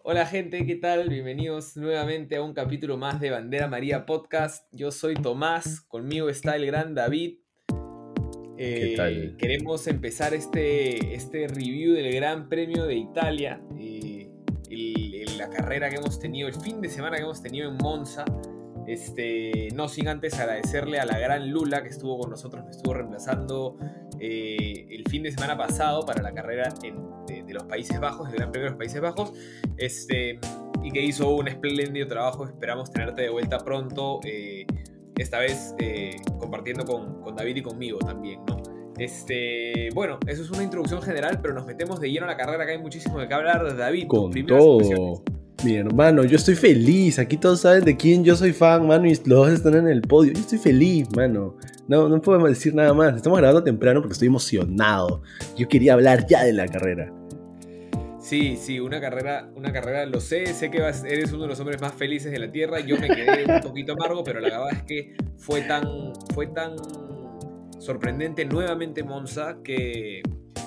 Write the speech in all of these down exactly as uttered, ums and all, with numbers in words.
Hola gente, ¿qué tal? Bienvenidos nuevamente a un capítulo más de Bandera María Podcast. Yo soy Tomás, conmigo está el gran David. ¿Qué Eh, tal? queremos empezar este, este review del Gran Premio de Italia, eh, el- el- la carrera que hemos tenido, el fin de semana que hemos tenido en Monza. Este, no sin antes agradecerle a la gran Lula que estuvo con nosotros, me estuvo reemplazando eh, el fin de semana pasado para la carrera en, de, de los Países Bajos, el Gran Premio de los Países Bajos, este, y que hizo un espléndido trabajo. Esperamos tenerte de vuelta pronto, eh, esta vez eh, compartiendo con, con David y conmigo también, ¿no? Este, bueno, eso es una introducción general, pero nos metemos de lleno a la carrera, que hay muchísimo de qué hablar. David, tus Con primeras impresiones. todo. Mi hermano, yo estoy feliz. Aquí todos saben de quién yo soy fan, mano, y los dos están en el podio. Yo estoy feliz, mano. No, no podemos decir nada más. Estamos grabando temprano porque estoy emocionado. Yo quería hablar ya de la carrera. Sí, sí, una carrera, una carrera, lo sé, sé que vas- eres uno de los hombres más felices de la Tierra. Yo me quedé un poquito amargo, pero la verdad es que fue tan, fue tan sorprendente nuevamente Monza que,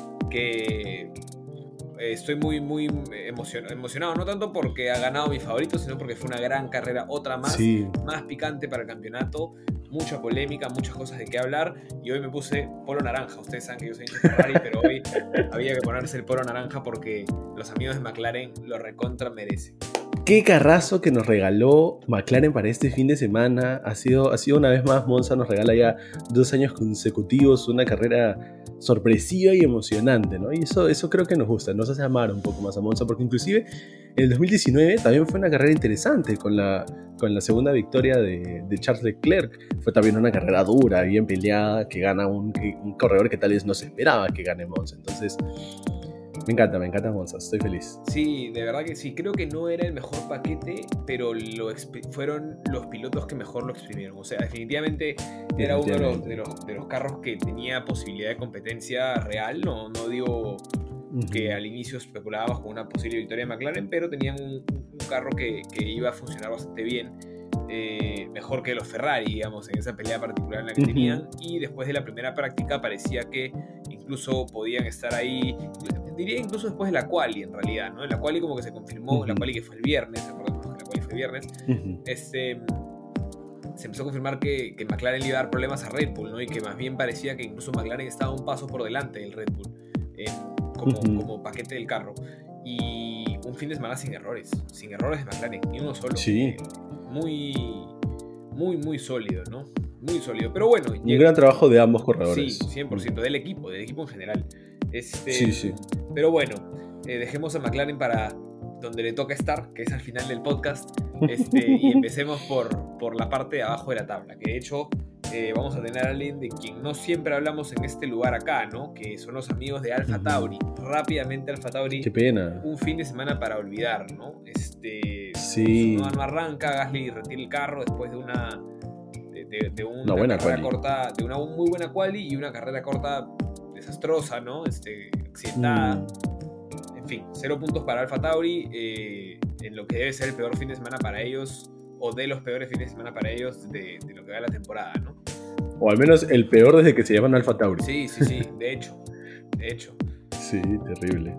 que eh, estoy muy, muy emocion- emocionado. No tanto porque ha ganado mi favorito, sino porque fue una gran carrera, otra más, Sí. más picante para el campeonato. Mucha polémica, muchas cosas de qué hablar. Y hoy me puse polo naranja. Ustedes saben que yo soy hincha de Ferrari, pero hoy había que ponerse el polo naranja porque los amigos de McLaren lo recontra merecen. Qué carrazo que nos regaló McLaren para este fin de semana. Ha sido, ha sido una vez más, Monza nos regala ya dos años consecutivos una carrera sorpresiva y emocionante, ¿no? Y eso, eso creo que nos gusta, nos hace amar un poco más a Monza, porque inclusive en el dos mil diecinueve también fue una carrera interesante con la, con la segunda victoria de, de Charles Leclerc. Fue también una carrera dura, bien peleada, que gana un, un corredor que tal vez no se esperaba que gane Monza. Entonces, me encanta, me encanta Monza, estoy feliz. Sí, de verdad que sí. Creo que no era el mejor paquete, pero lo exp- fueron los pilotos que mejor lo exprimieron. O sea, definitivamente era uno de los, de los, de los carros que tenía posibilidad de competencia real. No, no digo que al inicio especulábamos con una posible victoria de McLaren, pero tenían un, un carro que, que iba a funcionar bastante bien. Eh, mejor que los Ferrari, digamos, en esa pelea particular en la que Uh-huh. tenían. Y después de la primera práctica parecía que incluso podían estar ahí, diría incluso después de la quali en realidad, ¿no? En la quali como que se confirmó, Uh-huh. la quali que fue el viernes, recordemos que la quali fue el viernes, Uh-huh. este, se empezó a confirmar que, que McLaren le iba a dar problemas a Red Bull, ¿no? Y que más bien parecía que incluso McLaren estaba un paso por delante del Red Bull, eh, como, Uh-huh. como paquete del carro. Y un fin de semana sin errores, sin errores de McLaren, ni uno solo. Sí. Eh, muy, muy, muy sólido, ¿no? Muy sólido. Pero bueno, un gran trabajo de ambos corredores. Sí, cien por ciento, del equipo, del equipo en general. Este, sí, sí. Pero bueno, eh, dejemos a McLaren para donde le toca estar, que es al final del podcast. Este, y empecemos por, por la parte de abajo de la tabla, que de hecho eh, vamos a tener a alguien de quien no siempre hablamos en este lugar acá, ¿no? Que son los amigos de Alfa Tauri. Rápidamente Alfa Tauri. Qué pena. Un fin de semana para olvidar, ¿no? Este, sí. No, no arranca, Gasly retira el carro después de una de, de, de una, una buena carrera quali. corta, de una muy buena quali y una carrera corta desastrosa, ¿no? Este, accidentada. Mm. En fin, cero puntos para Alfa Tauri, eh, en lo que debe ser el peor fin de semana para ellos, o de los peores fines de semana para ellos de, de lo que va de la temporada, ¿no? O al menos el peor desde que se llaman Alfa Tauri. Sí, sí, sí, de hecho, de hecho. Sí, terrible.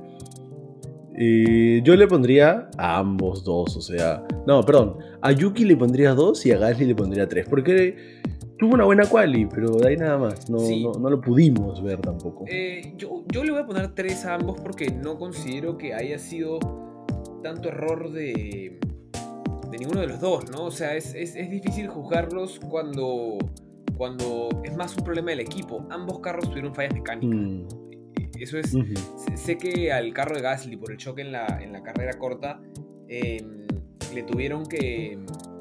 Y yo le pondría a ambos dos, o sea... No, perdón, a Yuki le pondría dos y a Gasly le pondría tres, porque tuvo una buena quali, pero de ahí nada más, no, sí. no, no lo pudimos ver tampoco. Eh, yo, yo le voy a poner tres a ambos porque no considero que haya sido tanto error de, de ninguno de los dos, ¿no? O sea, es, es, es difícil juzgarlos cuando, cuando es más un problema del equipo. Ambos carros tuvieron fallas mecánicas. Mm. Eso es, uh-huh. sé, sé que al carro de Gasly por el choque en la, en la carrera corta eh, le tuvieron que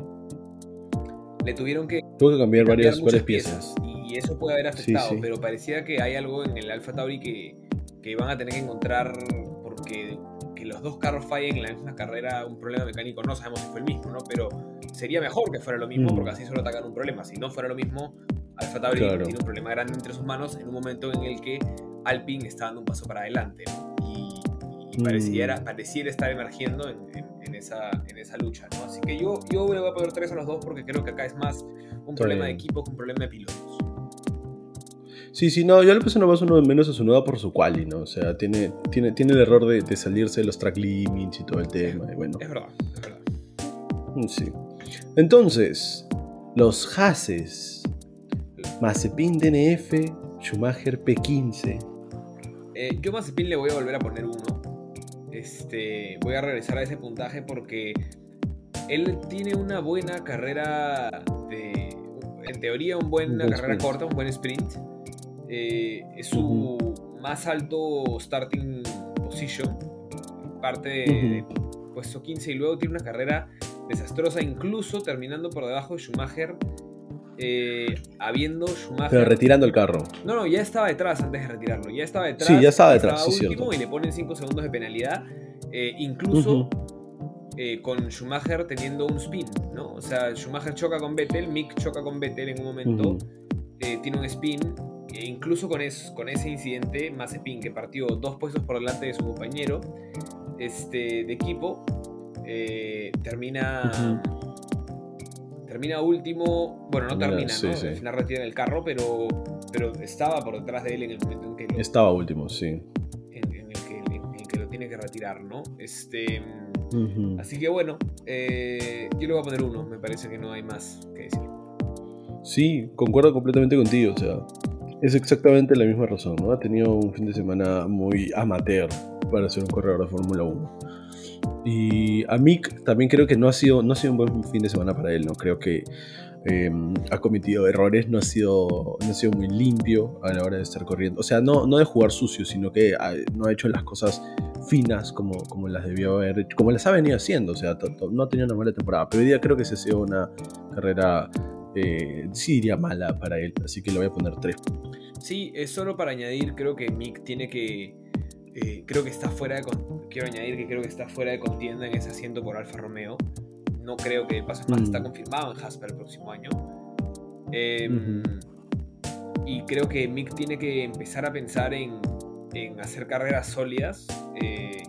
le tuvieron que tuvo que cambiar, cambiar varias, varias piezas. piezas y eso puede haber afectado, sí, sí. pero parecía que hay algo en el Alfa Tauri que, que van a tener que encontrar, porque que los dos carros fallen en la misma carrera, un problema mecánico, no sabemos si fue el mismo, ¿no? Pero sería mejor que fuera lo mismo, mm. porque así solo atacan un problema. Si no fuera lo mismo, Alfa Tauri claro. tiene un problema grande entre sus manos en un momento en el que Alpine está dando un paso para adelante, ¿no? Y, y pareciera, pareciera estar emergiendo en, en, en, esa, en esa lucha, ¿no? Así que yo, yo le voy a poner tres a los dos porque creo que acá es más un problema de equipo que un problema de pilotos. Sí, sí, no, yo le puse nomás uno menos a su nueva por su quali, ¿no? O sea, tiene, tiene, tiene el error de, de salirse de los track limits y todo el tema. Y bueno. Es verdad, es verdad. Sí. Entonces, los Hases. Mazepin D N F, Schumacher P quince. Eh, yo a Mazepin le voy a volver a poner uno. Este, voy a regresar a ese puntaje porque él tiene una buena carrera de, en teoría, una buena Un carrera sprint. corta, un buen sprint. Eh, es su Ujú. más alto starting position, parte de, de puesto quince, y luego tiene una carrera desastrosa, incluso terminando por debajo de Schumacher, eh, habiendo Schumacher... Pero retirando el carro. No, no, ya estaba detrás antes de retirarlo, ya estaba detrás. Sí, ya estaba detrás, sí, último cierto. y le ponen cinco segundos de penalidad, eh, incluso... Ujú. Eh, con Schumacher teniendo un spin, ¿no? O sea, Schumacher choca con Vettel, Mick choca con Vettel en un momento, Ujú. eh, tiene un spin, e incluso con, es, con ese incidente, Mazepin, que partió dos puestos por delante de su compañero este, de equipo, eh, termina Ujú. termina último, bueno, no Mira, termina, sí, ¿no? sí. Al final retiran el carro, pero, pero estaba por detrás de él en el momento en que lo, Estaba último, sí. en, en el que, en el que lo tiene que retirar, ¿no? Este... Ujú. Así que bueno, eh, yo le voy a poner uno, me parece que no hay más que decir. Sí, concuerdo completamente contigo, o sea, es exactamente la misma razón, ¿no? Ha tenido un fin de semana muy amateur para ser un corredor de Fórmula uno. Y a Mick también creo que no ha sido, no ha sido un buen fin de semana para él, ¿no? Creo que eh, ha cometido errores, no ha, sido, no ha sido muy limpio a la hora de estar corriendo. O sea, no, no de jugar sucio, sino que ha, no ha hecho las cosas finas como, como las debió haber hecho, como las ha venido haciendo. O sea, to, to, no ha tenido una mala temporada, pero hoy día creo que se ha sido una carrera, eh, sí diría mala para él, así que le voy a poner tres. Sí, es solo para añadir, creo que Mick tiene que... Eh, creo que está fuera de... Quiero añadir que creo que está fuera de contienda en ese asiento por Alfa Romeo. No creo que pase más, Mm. está confirmado en Haas para el próximo año. Eh, Uh-huh. Y creo que Mick tiene que empezar a pensar en, en hacer carreras sólidas, eh,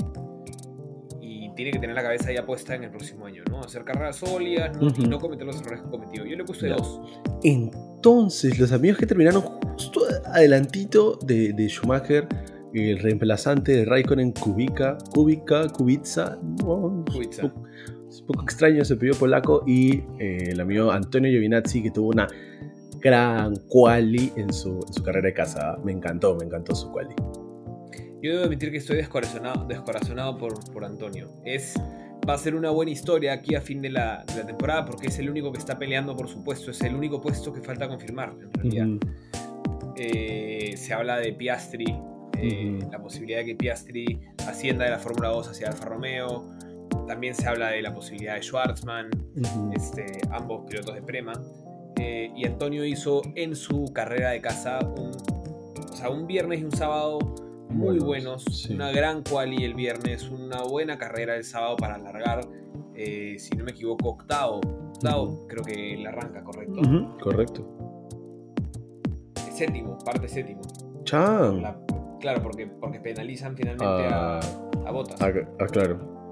y tiene que tener la cabeza ya puesta en el próximo año, ¿no? Hacer carreras sólidas, ¿no? Uh-huh. Y no cometer los errores que ha cometido. Yo le puse Ya. dos. Entonces, los amigos que terminaron justo adelantito de, de Schumacher, el reemplazante de Raikkonen, Kubica, Kubica, Kubica, no, Kubica. Es, un poco, es un poco extraño, se pidió polaco, y eh, el amigo Antonio Giovinazzi, que tuvo una gran quali en su, en su carrera de casa. Me encantó, me encantó su quali. Yo debo admitir que estoy descorazonado, descorazonado por, por Antonio. Es, va a ser una buena historia aquí a fin de la, de la temporada porque es el único que está peleando por su puesto. Es el único puesto que falta confirmar, en realidad. Uh-huh. Eh, se habla de Piastri, eh, uh-huh. la posibilidad de que Piastri ascienda de la Fórmula dos hacia Alfa Romeo. También se habla de la posibilidad de Schwartzman, uh-huh. este, ambos pilotos de Prema. Eh, y Antonio hizo en su carrera de casa un, o sea, un viernes y un sábado muy buenos, sí. Una gran quali el viernes, una buena carrera el sábado para alargar, eh, si no me equivoco, octavo, octavo uh-huh. creo que la arranca, ¿correcto? Uh-huh. Correcto. Séptimo, parte séptimo. Chan. La, claro, porque, porque penalizan finalmente uh, a, a Bottas. Ah, ah, claro.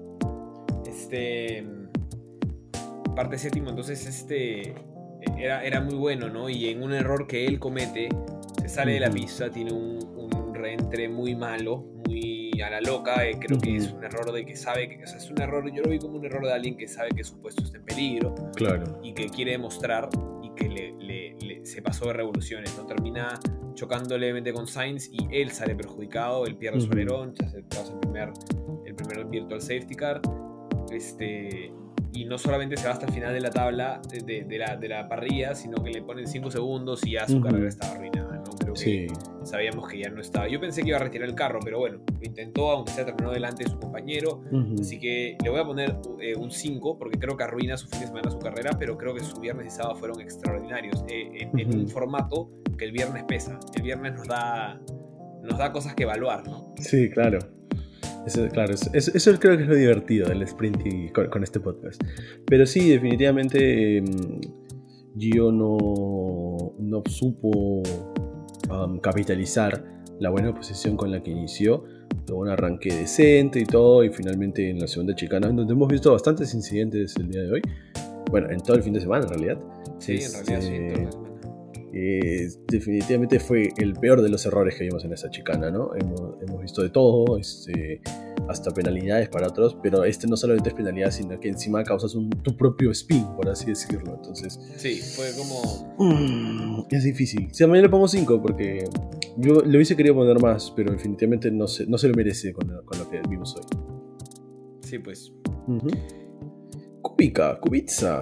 Este, parte séptimo, entonces este era, era muy bueno, ¿no? Y en un error que él comete, se sale uh-huh. de la pista, tiene un, un reentre muy malo, muy a la loca, eh, creo uh-huh. que es un error de que sabe, que, o sea, es un error, yo lo vi como un error de alguien que sabe que su puesto está en peligro, claro. Y que quiere demostrar y que le, le, le, se pasó de revoluciones, ¿no? Termina chocando levemente con Sainz y él sale perjudicado, él pierde uh-huh. su alerón, ya se pasa el primer, el primer virtual safety car, este... y no solamente se va hasta el final de la tabla de, de, de, la, de la parrilla, sino que le ponen cinco segundos y ya su uh-huh. carrera estaba arruinada, ¿no? Creo que sí. sabíamos que ya no estaba. Yo pensé que iba a retirar el carro, pero bueno, lo intentó, aunque sea terminó delante de su compañero. Uh-huh. Así que le voy a poner eh, un cinco, porque creo que arruina su fin de semana su carrera, pero creo que su viernes y sábado fueron extraordinarios. Eh, en, uh-huh. en un formato que el viernes pesa. El viernes nos da, nos da cosas que evaluar, ¿no? Sí, claro. Eso, claro, eso, eso creo que es lo divertido del sprint y con, con este podcast. Pero sí, definitivamente eh, Gio no, no supo um, capitalizar la buena posición con la que inició. Tuvo un arranque decente y todo, y finalmente en la segunda chicana, donde hemos visto bastantes incidentes el día de hoy. Bueno, en todo el fin de semana en realidad. Sí, este, en realidad sí, en todo el fin de semana. Eh, definitivamente fue el peor de los errores que vimos en esa chicana, ¿no? Hemos, hemos visto de todo, este, hasta penalidades para otros, pero este no solamente es penalidad, sino que encima causas un, tu propio spin, por así decirlo. Entonces, sí, fue como... Mm, es difícil. Si a mí le pongo cinco porque yo le hubiese querido poner más, pero definitivamente no se, no se lo merece con, con lo que vimos hoy. Sí, pues. Uh-huh. Kubica, Kubica.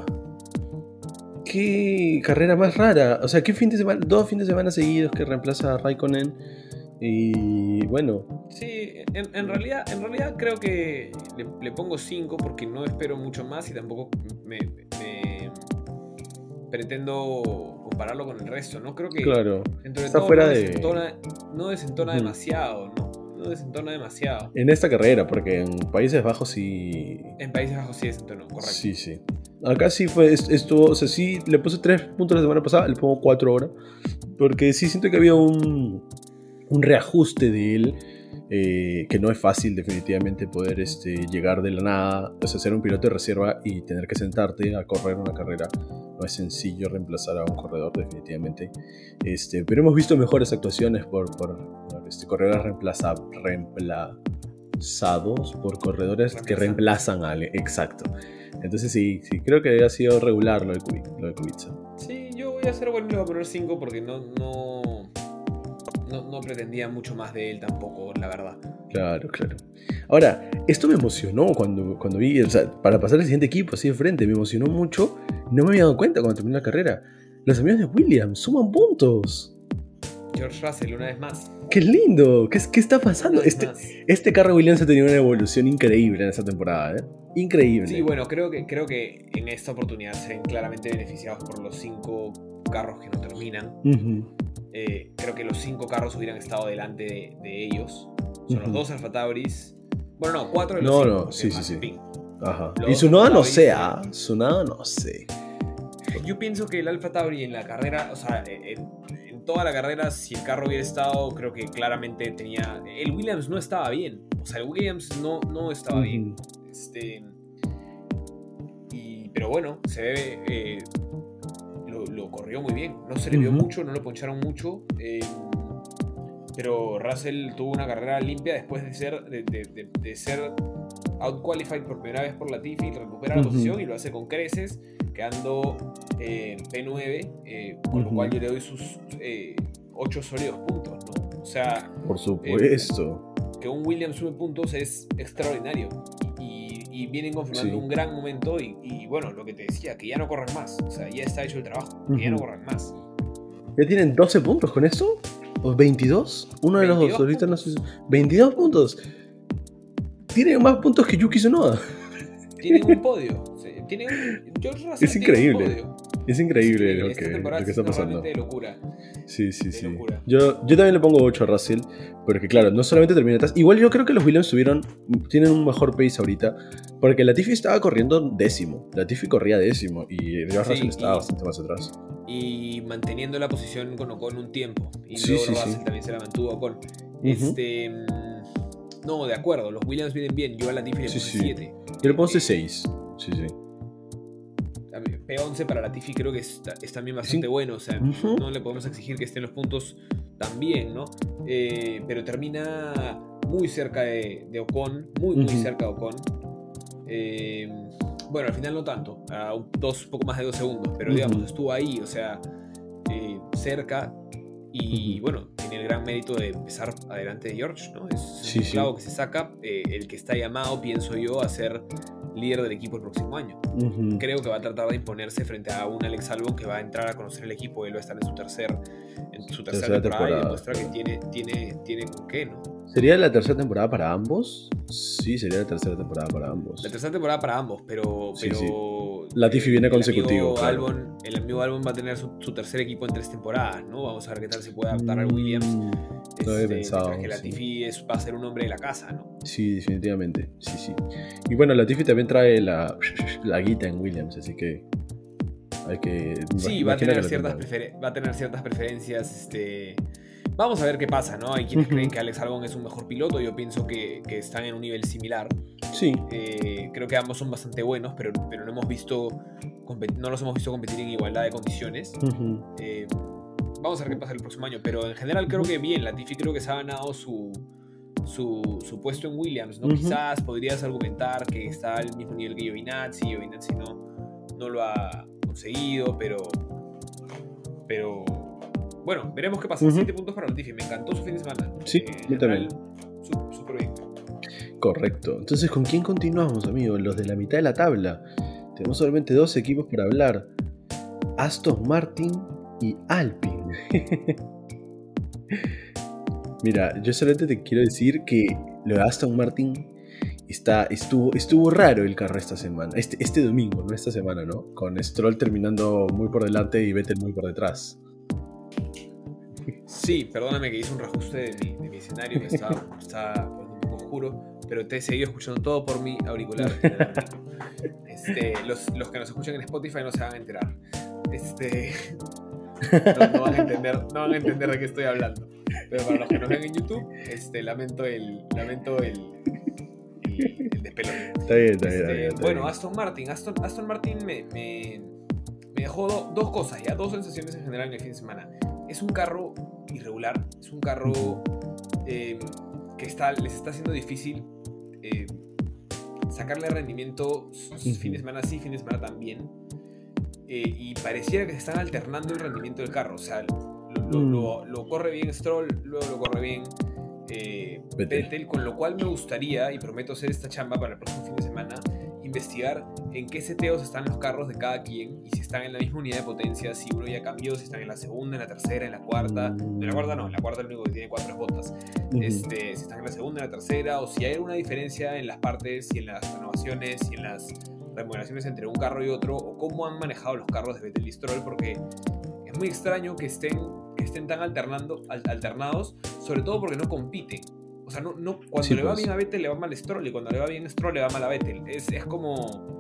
Qué carrera más rara. O sea, qué fin de semana, dos fines de semana seguidos que reemplaza a Raikkonen. Y bueno. Sí, en, en, realidad, en realidad creo que le, le pongo cinco porque no espero mucho más y tampoco me, me pretendo compararlo con el resto, ¿no? Creo que claro, entre está todo fuera no de... desentona, no desentona uh-huh. demasiado, ¿no? No desentona demasiado. En esta carrera, porque en Países Bajos sí... En Países Bajos sí desentonó, correcto. Sí, sí. Acá sí fue, estuvo, o sea, sí le puse tres puntos la semana pasada, le pongo cuatro ahora, porque sí siento que había un, un reajuste de él, eh, que no es fácil definitivamente poder este, llegar de la nada, o sea, ser un piloto de reserva y tener que sentarte a correr una carrera. No es sencillo reemplazar a un corredor definitivamente, este, pero hemos visto mejores actuaciones por, por, por este, corredores reemplaza, reemplazados por corredores que reemplazan a alguien, exacto. Entonces sí, sí, creo que ha sido regular lo de Kubica. Sí, yo voy a hacer bueno, le voy a poner cinco porque no, no, no, no pretendía mucho más de él tampoco, la verdad. Claro, claro. Ahora, esto me emocionó cuando, cuando vi, o sea, para pasar al siguiente equipo así de frente, me emocionó mucho. No me había dado cuenta cuando terminé la carrera. Los amigos de Williams suman puntos. George Russell, una vez más. ¡Qué lindo! ¿Qué, qué está pasando? Este, este carro Williams ha tenido una evolución increíble en esta temporada, ¿eh? Increíble. Sí, bueno, creo que, creo que en esta oportunidad se ven claramente beneficiados por los cinco carros que no terminan. Uh-huh. Eh, creo que los cinco carros hubieran estado delante de, de ellos. Son uh-huh. los dos Alfa Tauris. Bueno, no, cuatro de los no, cinco. No, sí, sí, sí. Pin. Ajá. Los y su noda no sé, ¿ah? ¿eh? Su noda no sé. Yo pienso que el Alfa Tauri en la carrera, o sea, en, en toda la carrera, si el carro hubiera estado, creo que claramente tenía... El Williams no estaba bien. O sea, el Williams no, no estaba uh-huh. bien. Este, y, pero bueno, se ve... Eh, lo, lo corrió muy bien. No se le vio uh-huh. mucho, no lo poncharon mucho. Eh, pero Russell tuvo una carrera limpia después de ser... De, de, de, de ser outqualified por primera vez por Latifi, recupera uh-huh. la posición y lo hace con creces, quedando en eh, P nueve, eh, con uh-huh. lo cual yo le doy sus eh, ocho sólidos puntos, ¿no? O sea, por supuesto. Eh, que un Williams sube puntos es extraordinario y, y vienen confirmando sí. un gran momento y, y bueno, lo que te decía, que ya no corran más, o sea, ya está hecho el trabajo, uh-huh. que ya no corran más. ¿Ya tienen doce puntos con esto? ¿O veintidós? Uno de los dos, ahorita no sé. veintidós puntos. Tienen más puntos que Yuki Tsunoda. Tienen un podio. Tienen un, George Russell es increíble. Tiene un podio. Es increíble sí, lo, que, lo que está pasando. De locura. Sí, sí, de sí. Locura. Yo, yo también le pongo ocho a Russell. Porque claro, no solamente termina atrás. Igual yo creo que los Williams tuvieron, tienen un mejor pace ahorita. Porque Latifi estaba corriendo décimo. Latifi corría décimo. Y George sí, Russell estaba y, bastante más atrás. Y manteniendo la posición con Ocon un tiempo. Y sí, luego sí, Russell sí. también se la mantuvo Ocon. Uh-huh. Este... No, de acuerdo, los Williams vienen bien. Yo a Latifi le puse sí, sí. siete. Yo le puse seis. Sí, sí. P once para Latifi creo que está, es también bastante sí. bueno. O sea, uh-huh. no le podemos exigir que estén los puntos tan bien, ¿no? Eh, pero termina muy cerca de, de Ocon. Muy, muy uh-huh. cerca de Ocon. Eh, bueno, al final no tanto. A un, dos, poco más de dos segundos. Pero uh-huh. digamos, estuvo ahí. O sea, eh, cerca. Y uh-huh. bueno, tiene el gran mérito de empezar adelante de George, ¿no? Es sí, un clavo sí. que se saca, eh, el que está llamado, pienso yo, a ser líder del equipo el próximo año. Uh-huh. Creo que va a tratar de imponerse frente a un Alex Albon que va a entrar a conocer el equipo. Él va a estar en su tercer, en su tercera, tercera temporada, temporada y demuestra que tiene, tiene, tiene con qué, ¿no? ¿Sería la tercera temporada para ambos? Sí, sería la tercera temporada para ambos. La tercera temporada para ambos, pero... Sí, pero sí. Latifi viene consecutivo. Amigo claro. Albon, el amigo Albon va a tener su, su tercer equipo en tres temporadas, ¿no? Vamos a ver qué tal se puede adaptar al Williams. Mm, este, no había pensado. Que Latifi sí. es, va a ser un hombre de la casa, ¿no? Sí, definitivamente. Sí, sí. Y bueno, Latifi también trae la, la guita en Williams, así que hay que... Sí, va a, tener ciertas prefer- va a tener ciertas preferencias, este... Vamos a ver qué pasa, ¿no? Hay quienes uh-huh. creen que Alex Albon es un mejor piloto. Yo pienso que, que están en un nivel similar. Sí. Eh, creo que ambos son bastante buenos, pero, pero no hemos visto no los hemos visto competir en igualdad de condiciones. Uh-huh. Eh, vamos a ver qué pasa el próximo año, pero en general creo que bien, Latifi creo que se ha ganado su, su, su puesto en Williams, ¿no? Uh-huh. Quizás podrías argumentar que está al mismo nivel que Giovinazzi, Giovinazzi no, no lo ha conseguido, pero, pero bueno, veremos qué pasa. Uh-huh. Siete puntos para Latifi, me encantó su fin de semana. Sí, eh, yo también. Súper bien. Correcto. Entonces, ¿con quién continuamos, amigos? Los de la mitad de la tabla. Tenemos solamente dos equipos para hablar. Aston Martin y Alpine. Mira, yo solamente te quiero decir que lo de Aston Martin está, estuvo, estuvo raro el carro esta semana. Este, este domingo, no esta semana, ¿no? Con Stroll terminando muy por delante y Vettel muy por detrás. Sí, perdóname que hice un reajuste de mi, de mi escenario que estaba, estaba un poco oscuro, pero te he seguido escuchando todo por mi auricular. Este, los, los que nos escuchan en Spotify no se van a enterar. Este, no, no, van a entender, no van a entender de qué estoy hablando. Pero para los que nos ven en YouTube, este, lamento el, lamento el, el, el despelote. Está bien, está bien. Este, está bien. Bueno, Aston Martin. Aston, Aston Martin me, me, me dejó do, dos cosas, ya dos sensaciones en general en el fin de semana. Es un carro irregular, es un carro eh, que está, les está haciendo difícil eh, sacarle rendimiento fin de semana sí, fin de semana también. Eh, y pareciera que se están alternando el rendimiento del carro. O sea, lo, lo, lo, lo corre bien Stroll, luego lo corre bien eh, Vettel, con lo cual me gustaría, y prometo hacer esta chamba para el próximo fin de semana, investigar en qué seteos están los carros de cada quien y si están en la misma unidad de potencia, si uno ya cambió, si están en la segunda, en la tercera, en la cuarta. En la cuarta no, en la cuarta el único que tiene cuatro es botas. Uh-huh. Este, si están en la segunda, en la tercera, o si hay alguna diferencia en las partes y en las renovaciones y en las remodelaciones entre un carro y otro, o cómo han manejado los carros de Vettel y Stroll, porque es muy extraño que estén, que estén tan alternando, alternados, sobre todo porque no compiten. O sea, no, no, cuando sí, le va pues. bien a Vettel le va mal a Stroll, y cuando le va bien a Stroll le va mal a Vettel. Es, es como,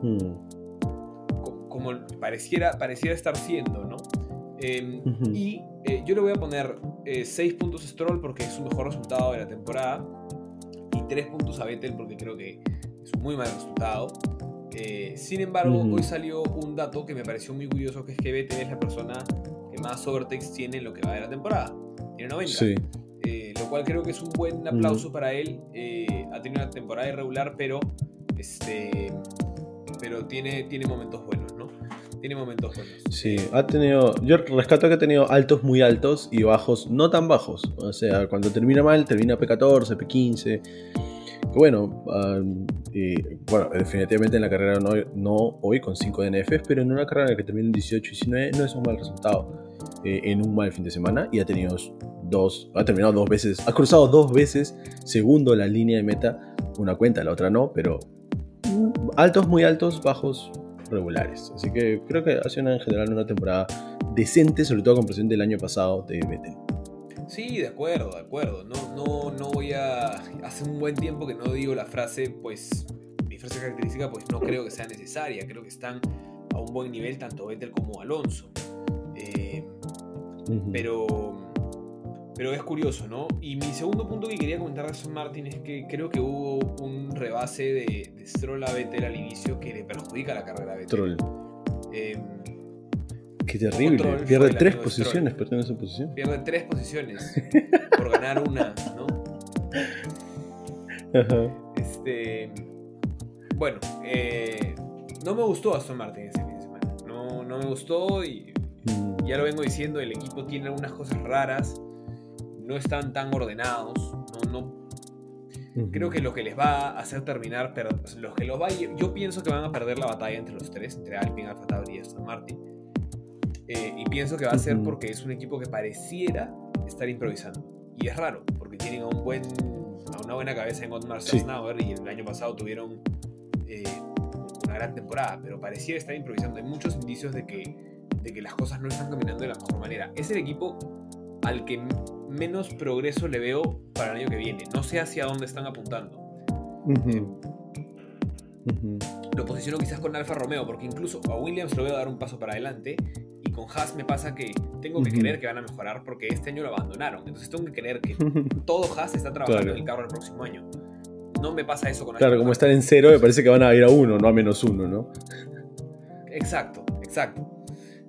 mm. como, como pareciera, pareciera estar siendo, ¿no? Eh, uh-huh. Y eh, yo le voy a poner seis eh, puntos a Stroll porque es su mejor resultado de la temporada, y tres puntos a Vettel porque creo que es un muy mal resultado. Eh, sin embargo, uh-huh. hoy salió un dato que me pareció muy curioso, que es que Vettel es la persona que más overtakes tiene en lo que va de la temporada. Tiene noventa. Sí. Eh, lo cual creo que es un buen aplauso uh-huh. para él. Eh, ha tenido una temporada irregular, pero este, pero tiene, tiene momentos buenos, ¿no? Tiene momentos buenos. Sí, ha tenido. Yo rescato que ha tenido altos muy altos y bajos no tan bajos. O sea, cuando termina mal, termina P catorce, P quince. Bueno, uh, y, bueno, definitivamente en la carrera no, no hoy con cinco D N Fs, pero en una carrera que termina en dieciocho y diecinueve no es un mal resultado eh, en un mal fin de semana, y ha tenido dos, ha terminado dos veces, ha cruzado dos veces segundo la línea de meta, una cuenta, la otra no, pero altos muy altos, bajos regulares, así que creo que ha sido en general una temporada decente, sobre todo a comparación del año pasado de Vettel. Sí, de acuerdo, de acuerdo. No, no, no voy a... Hace un buen tiempo que no digo la frase, pues... Mi frase característica, pues no creo que sea necesaria. Creo que están a un buen nivel tanto Vettel como Alonso. Eh, uh-huh. Pero... Pero es curioso, ¿no? Y mi segundo punto que quería comentar de Aston Martin es que creo que hubo un rebase de, de Stroll a Vettel al inicio que le perjudica la carrera a Vettel. Troll. Eh, Qué terrible, pierde tres posiciones, pierde esa posición. Pierde tres posiciones por ganar una, ¿no? Ajá. Este, bueno, eh, no me gustó Aston Martin ese fin de semana. No, no me gustó y mm. ya lo vengo diciendo, el equipo tiene algunas cosas raras, no están tan ordenados, no, no. Uh-huh. Creo que lo que les va a hacer terminar, per, los que los va a, yo pienso que van a perder la batalla entre los tres, entre Alpine, Alfa Tauri y Aston Martin. Eh, y pienso que va a ser porque es un equipo que pareciera estar improvisando. Y es raro, porque tienen a, un buen, a una buena cabeza en Otmar Szafnauer, sí. Y el año pasado tuvieron eh, una gran temporada, pero pareciera estar improvisando. Hay muchos indicios de que, de que las cosas no están caminando de la mejor manera. Es el equipo al que menos progreso le veo para el año que viene. No sé hacia dónde están apuntando. Uh-huh. Eh, uh-huh. Lo posiciono quizás con Alfa Romeo, porque incluso a Williams lo veo dar un paso para adelante. Y con Haas me pasa que tengo que uh-huh. creer que van a mejorar porque este año lo abandonaron. Entonces tengo que creer que todo Haas está trabajando claro. en el carro el próximo año. No me pasa eso con Claro, Aston como Martin. Están en cero, me parece que van a ir a uno, no a menos uno, ¿no? Exacto, exacto.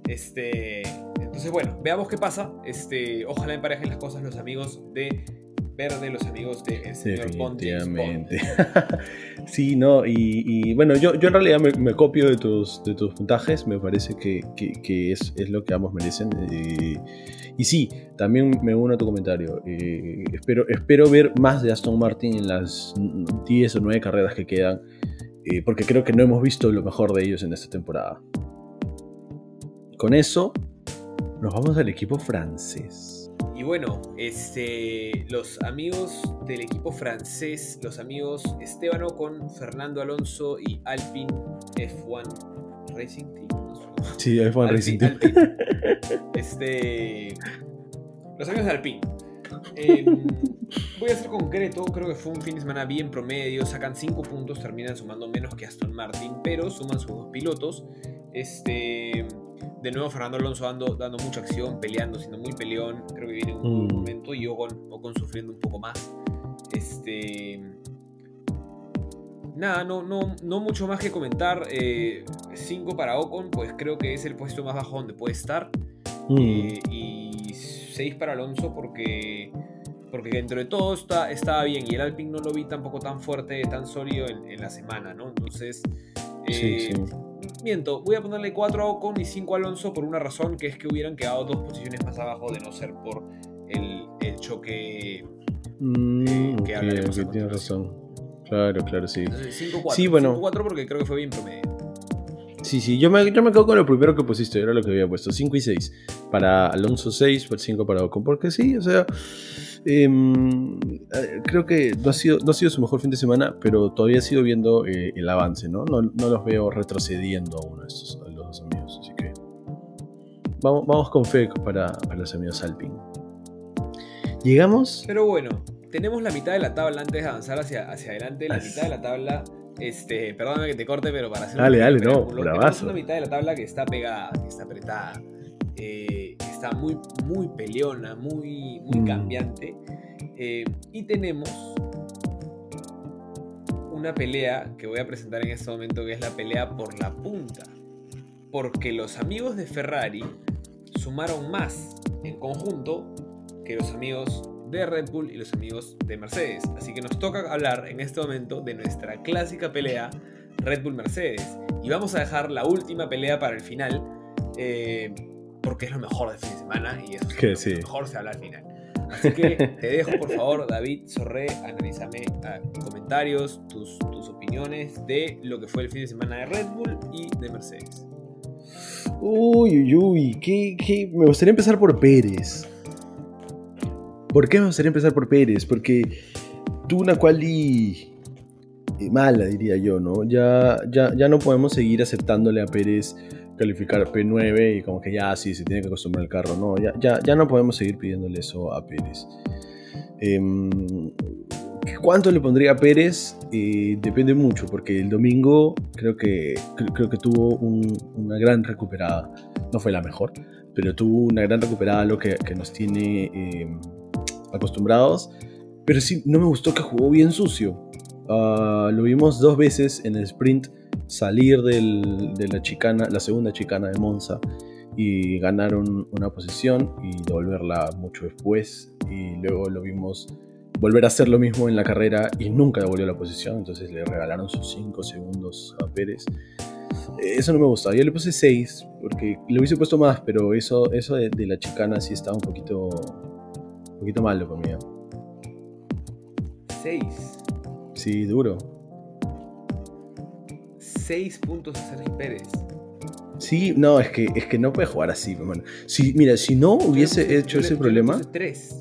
Este, entonces, bueno, veamos qué pasa. Este, ojalá emparejen las cosas los amigos de Verde, los amigos de el señor Bond. Definitivamente. Sí, no, y, y bueno, yo, yo en realidad me, me copio de tus, de tus puntajes, me parece que, que, que es, es lo que ambos merecen. Eh, y sí, también me uno a tu comentario. Eh, espero, espero ver más de Aston Martin en las diez o nueve carreras que quedan, eh, porque creo que no hemos visto lo mejor de ellos en esta temporada. Con eso, nos vamos al equipo francés. Y bueno, este, los amigos del equipo francés, los amigos Esteban Ocon, Fernando Alonso y Alpine F uno Racing Team. Sí, F uno Racing Team. Alpine. Este, los amigos de Alpine. Eh, voy a ser concreto, creo que fue un fin de semana bien promedio, sacan cinco puntos, terminan sumando menos que Aston Martin, pero suman sus dos pilotos. Este... De nuevo Fernando Alonso dando, dando mucha acción, peleando, siendo muy peleón. Creo que viene un buen mm. momento. Y Ocon, Ocon sufriendo un poco más. Este... Nada, no, no, no mucho más que comentar. cinco eh, para Ocon, pues creo que es el puesto más bajo donde puede estar. Mm. Eh, y seis para Alonso porque, porque dentro de todo está, estaba bien. Y el Alpine no lo vi tampoco tan fuerte, tan sólido en, en la semana, ¿no? Entonces... Eh, sí, sí. Miento, voy a ponerle cuatro a Ocon y cinco a Alonso por una razón, que es que hubieran quedado dos posiciones más abajo de no ser por el, el choque mm, eh, que okay, hablaremos. Okay, tienes razón. Claro, claro, sí. Entonces, cinco cuatro. Sí, bueno. cinco cuatro porque creo que fue bien promedio. Sí, sí, yo me, yo me quedo con lo primero que pusiste, era lo que había puesto. cinco y seis. Para Alonso seis, cinco para Ocon. Porque sí, o sea, eh, creo que no ha, sido, no ha sido su mejor fin de semana, pero todavía sigo viendo eh, el avance, ¿no? ¿no? No los veo retrocediendo a uno de estos, a los dos amigos. Así que vamos, vamos con fe para, para los amigos Alpine. Llegamos. Pero bueno, tenemos la mitad de la tabla antes de avanzar hacia, hacia adelante. La As... mitad de la tabla. Este, perdóname que te corte, pero para hacer dale, dale, no, bravazo. Una mitad de la tabla que está pegada, que está apretada, eh, que está muy, muy peleona, muy, muy mm. cambiante. Eh, y tenemos una pelea que voy a presentar en este momento, que es la pelea por la punta. Porque los amigos de Ferrari sumaron más en conjunto que los amigos de Red Bull y los amigos de Mercedes. Así que nos toca hablar en este momento de nuestra clásica pelea Red Bull-Mercedes. Y vamos a dejar la última pelea para el final, eh, porque es lo mejor del fin de semana y eso es que lo sí. mejor se habla al final. Así que te dejo, por favor, David Sorré, analízame uh, comentarios, tus, tus opiniones de lo que fue el fin de semana de Red Bull y de Mercedes. Uy, uy, uy, ¿qué, qué? Me gustaría empezar por Pérez. ¿Por qué me gustaría empezar por Pérez? Porque tuvo una quali mala, diría yo, ¿no? Ya, ya, ya no podemos seguir aceptándole a Pérez calificar P nueve y como que ya sí, se tiene que acostumbrar al carro. No, ya, ya, ya no podemos seguir pidiéndole eso a Pérez. Eh, ¿Cuánto le pondría a Pérez? Eh, depende mucho, porque el domingo creo que, creo que tuvo un, una gran recuperada. No fue la mejor, pero tuvo una gran recuperada, lo que, que nos tiene... Eh, acostumbrados, pero sí, no me gustó que jugó bien sucio. Uh, lo vimos dos veces en el sprint salir del, de la chicana, la segunda chicana de Monza, y ganaron una posición y devolverla mucho después, y luego lo vimos volver a hacer lo mismo en la carrera y nunca devolvió la posición, entonces le regalaron sus cinco segundos a Pérez. Eso no me gustó. Yo le puse seis porque le hubiese puesto más, pero eso, eso de, de la chicana sí estaba un poquito Un poquito malo conmigo. seis. Sí, duro. seis puntos a Sergio Pérez. Sí, no, es que, es que no puede jugar así, hermano. Si, mira, si no hubiese puse, hecho ese le, problema. tres.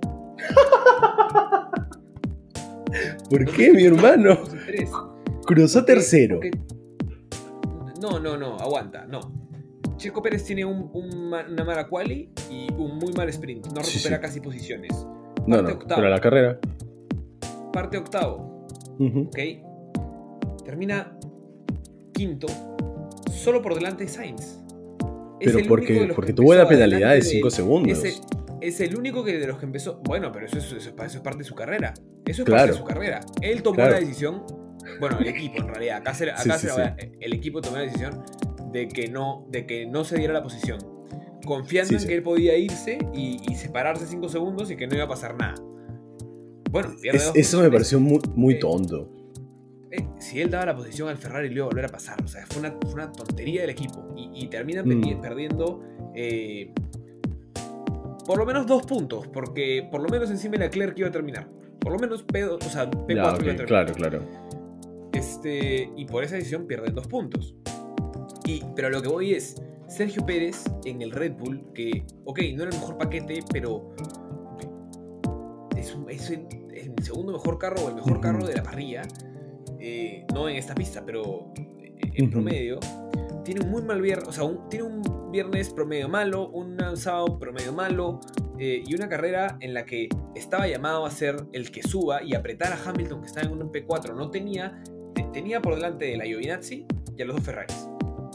¿Por qué, mi hermano? tres. Cruzó porque, tercero. Porque... No, no, no, aguanta, no. Checo Pérez tiene un, un, una mala quali y un muy mal sprint. No recupera sí, sí. casi posiciones. Parte no, no, octavo. pero la carrera. Parte octavo. Uh-huh. Ok. Termina quinto. Solo por delante de Sainz. Es pero porque, porque tuvo la penalidad de cinco segundos. Es el, es el único que de los que empezó. Bueno, pero eso es, eso, eso es parte de su carrera. Eso es claro. parte de su carrera. Él tomó claro. la decisión. Bueno, el equipo en realidad. Acá, se, acá sí, se sí, la, sí. el equipo tomó la decisión de que no, de que no se diera la posición, confiando Sí, en sí. que él podía irse y, y separarse cinco segundos y que no iba a pasar nada. Bueno, pierde Es- dos eso me posiciones. pareció muy, muy Eh, tonto. eh, si él daba la posición al Ferrari, le iba a volver a pasar. O sea, fue una, fue una tontería del equipo. Y, y termina Mm. perdi- perdiendo eh, por lo menos dos puntos, porque por lo menos encima de Leclerc iba a terminar. Por lo menos P dos, o sea, P cuatro Ya, iba a ok, terminar. claro, claro. Este, y por esa decisión pierden dos puntos. Y, pero lo que voy es, Sergio Pérez en el Red Bull, que, ok, no era el mejor paquete, pero es, un- es el, el segundo mejor carro o el mejor Ujú. carro de la parrilla, eh, no en esta pista, pero en Ujú. promedio, tiene un muy mal viernes, o sea, un- tiene un viernes promedio malo, un sábado promedio malo, eh, y una carrera en la que estaba llamado a ser el que suba y apretar a Hamilton, que estaba en un P cuatro, no tenía, te- tenía por delante de la Giovinazzi y a los dos Ferraris,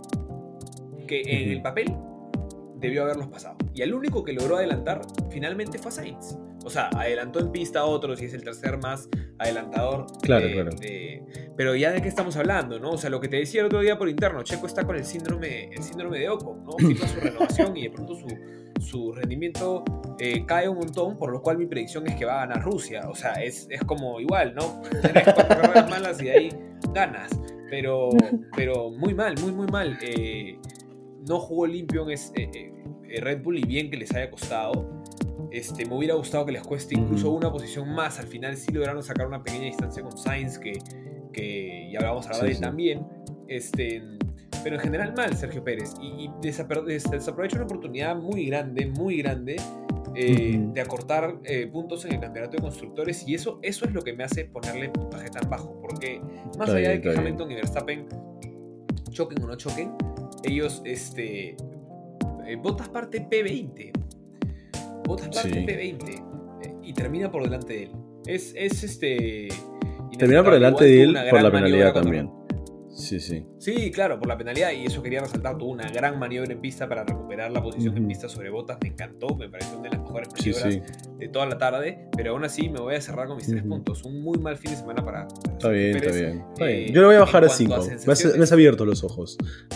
que en Ujú. el papel debió haberlos pasado. Y el único que logró adelantar finalmente fue Sainz. O sea, adelantó en pista a otros y es el tercer más adelantador. Claro, de- claro. de- Pero ya de qué estamos hablando, ¿no? O sea, lo que te decía el otro día por interno, Checo está con el síndrome, el síndrome de Ocon, ¿no? Firma su renovación y de pronto su, su rendimiento eh, cae un montón, por lo cual mi predicción es que va a ganar Rusia. O sea, es, es como igual, ¿no? Tres, cuatro carreras malas y de ahí ganas. Pero, pero muy mal, muy, muy mal. Eh, no jugó limpio en es, eh, eh, Red Bull y bien que les haya costado. Este, me hubiera gustado que les cueste incluso Ujú. una posición más. Al final sí lograron sacar una pequeña distancia con Sainz, que, que ya vamos a hablar Sí, de él sí. también. Este, pero en general mal Sergio Pérez. Y, y desaper- des- desaprovecha una oportunidad muy grande, muy grande, eh, Ujú. de acortar eh, puntos en el campeonato de constructores. Y eso, eso es lo que me hace ponerle puntaje tan bajo. Porque más Está allá bien, de que está bien. Hamilton y Verstappen choquen o no choquen, ellos, este, eh, Bottas parte P veinte. Bottas parte Sí. P veinte. eh, y termina por delante de él. Es, es este. Termina por inaceptable. delante Igual de tuvo él una por gran la maniobra penalidad contra- también. Sí, sí. Sí, claro, por la penalidad, y eso quería resaltar. Tuvo una gran maniobra en pista para recuperar la posición en Ujú. pista sobre Bottas. Me encantó, me pareció una de las mejores Sí, maniobras sí. de toda la tarde. Pero aún así me voy a cerrar con mis tres Ujú. puntos. Un muy mal fin de semana para. para Está Sergio bien, está Pérez. bien. Está Eh, bien. Yo lo voy a en bajar a cuanto a cinco. Me has, sensaciones- me has abierto los ojos.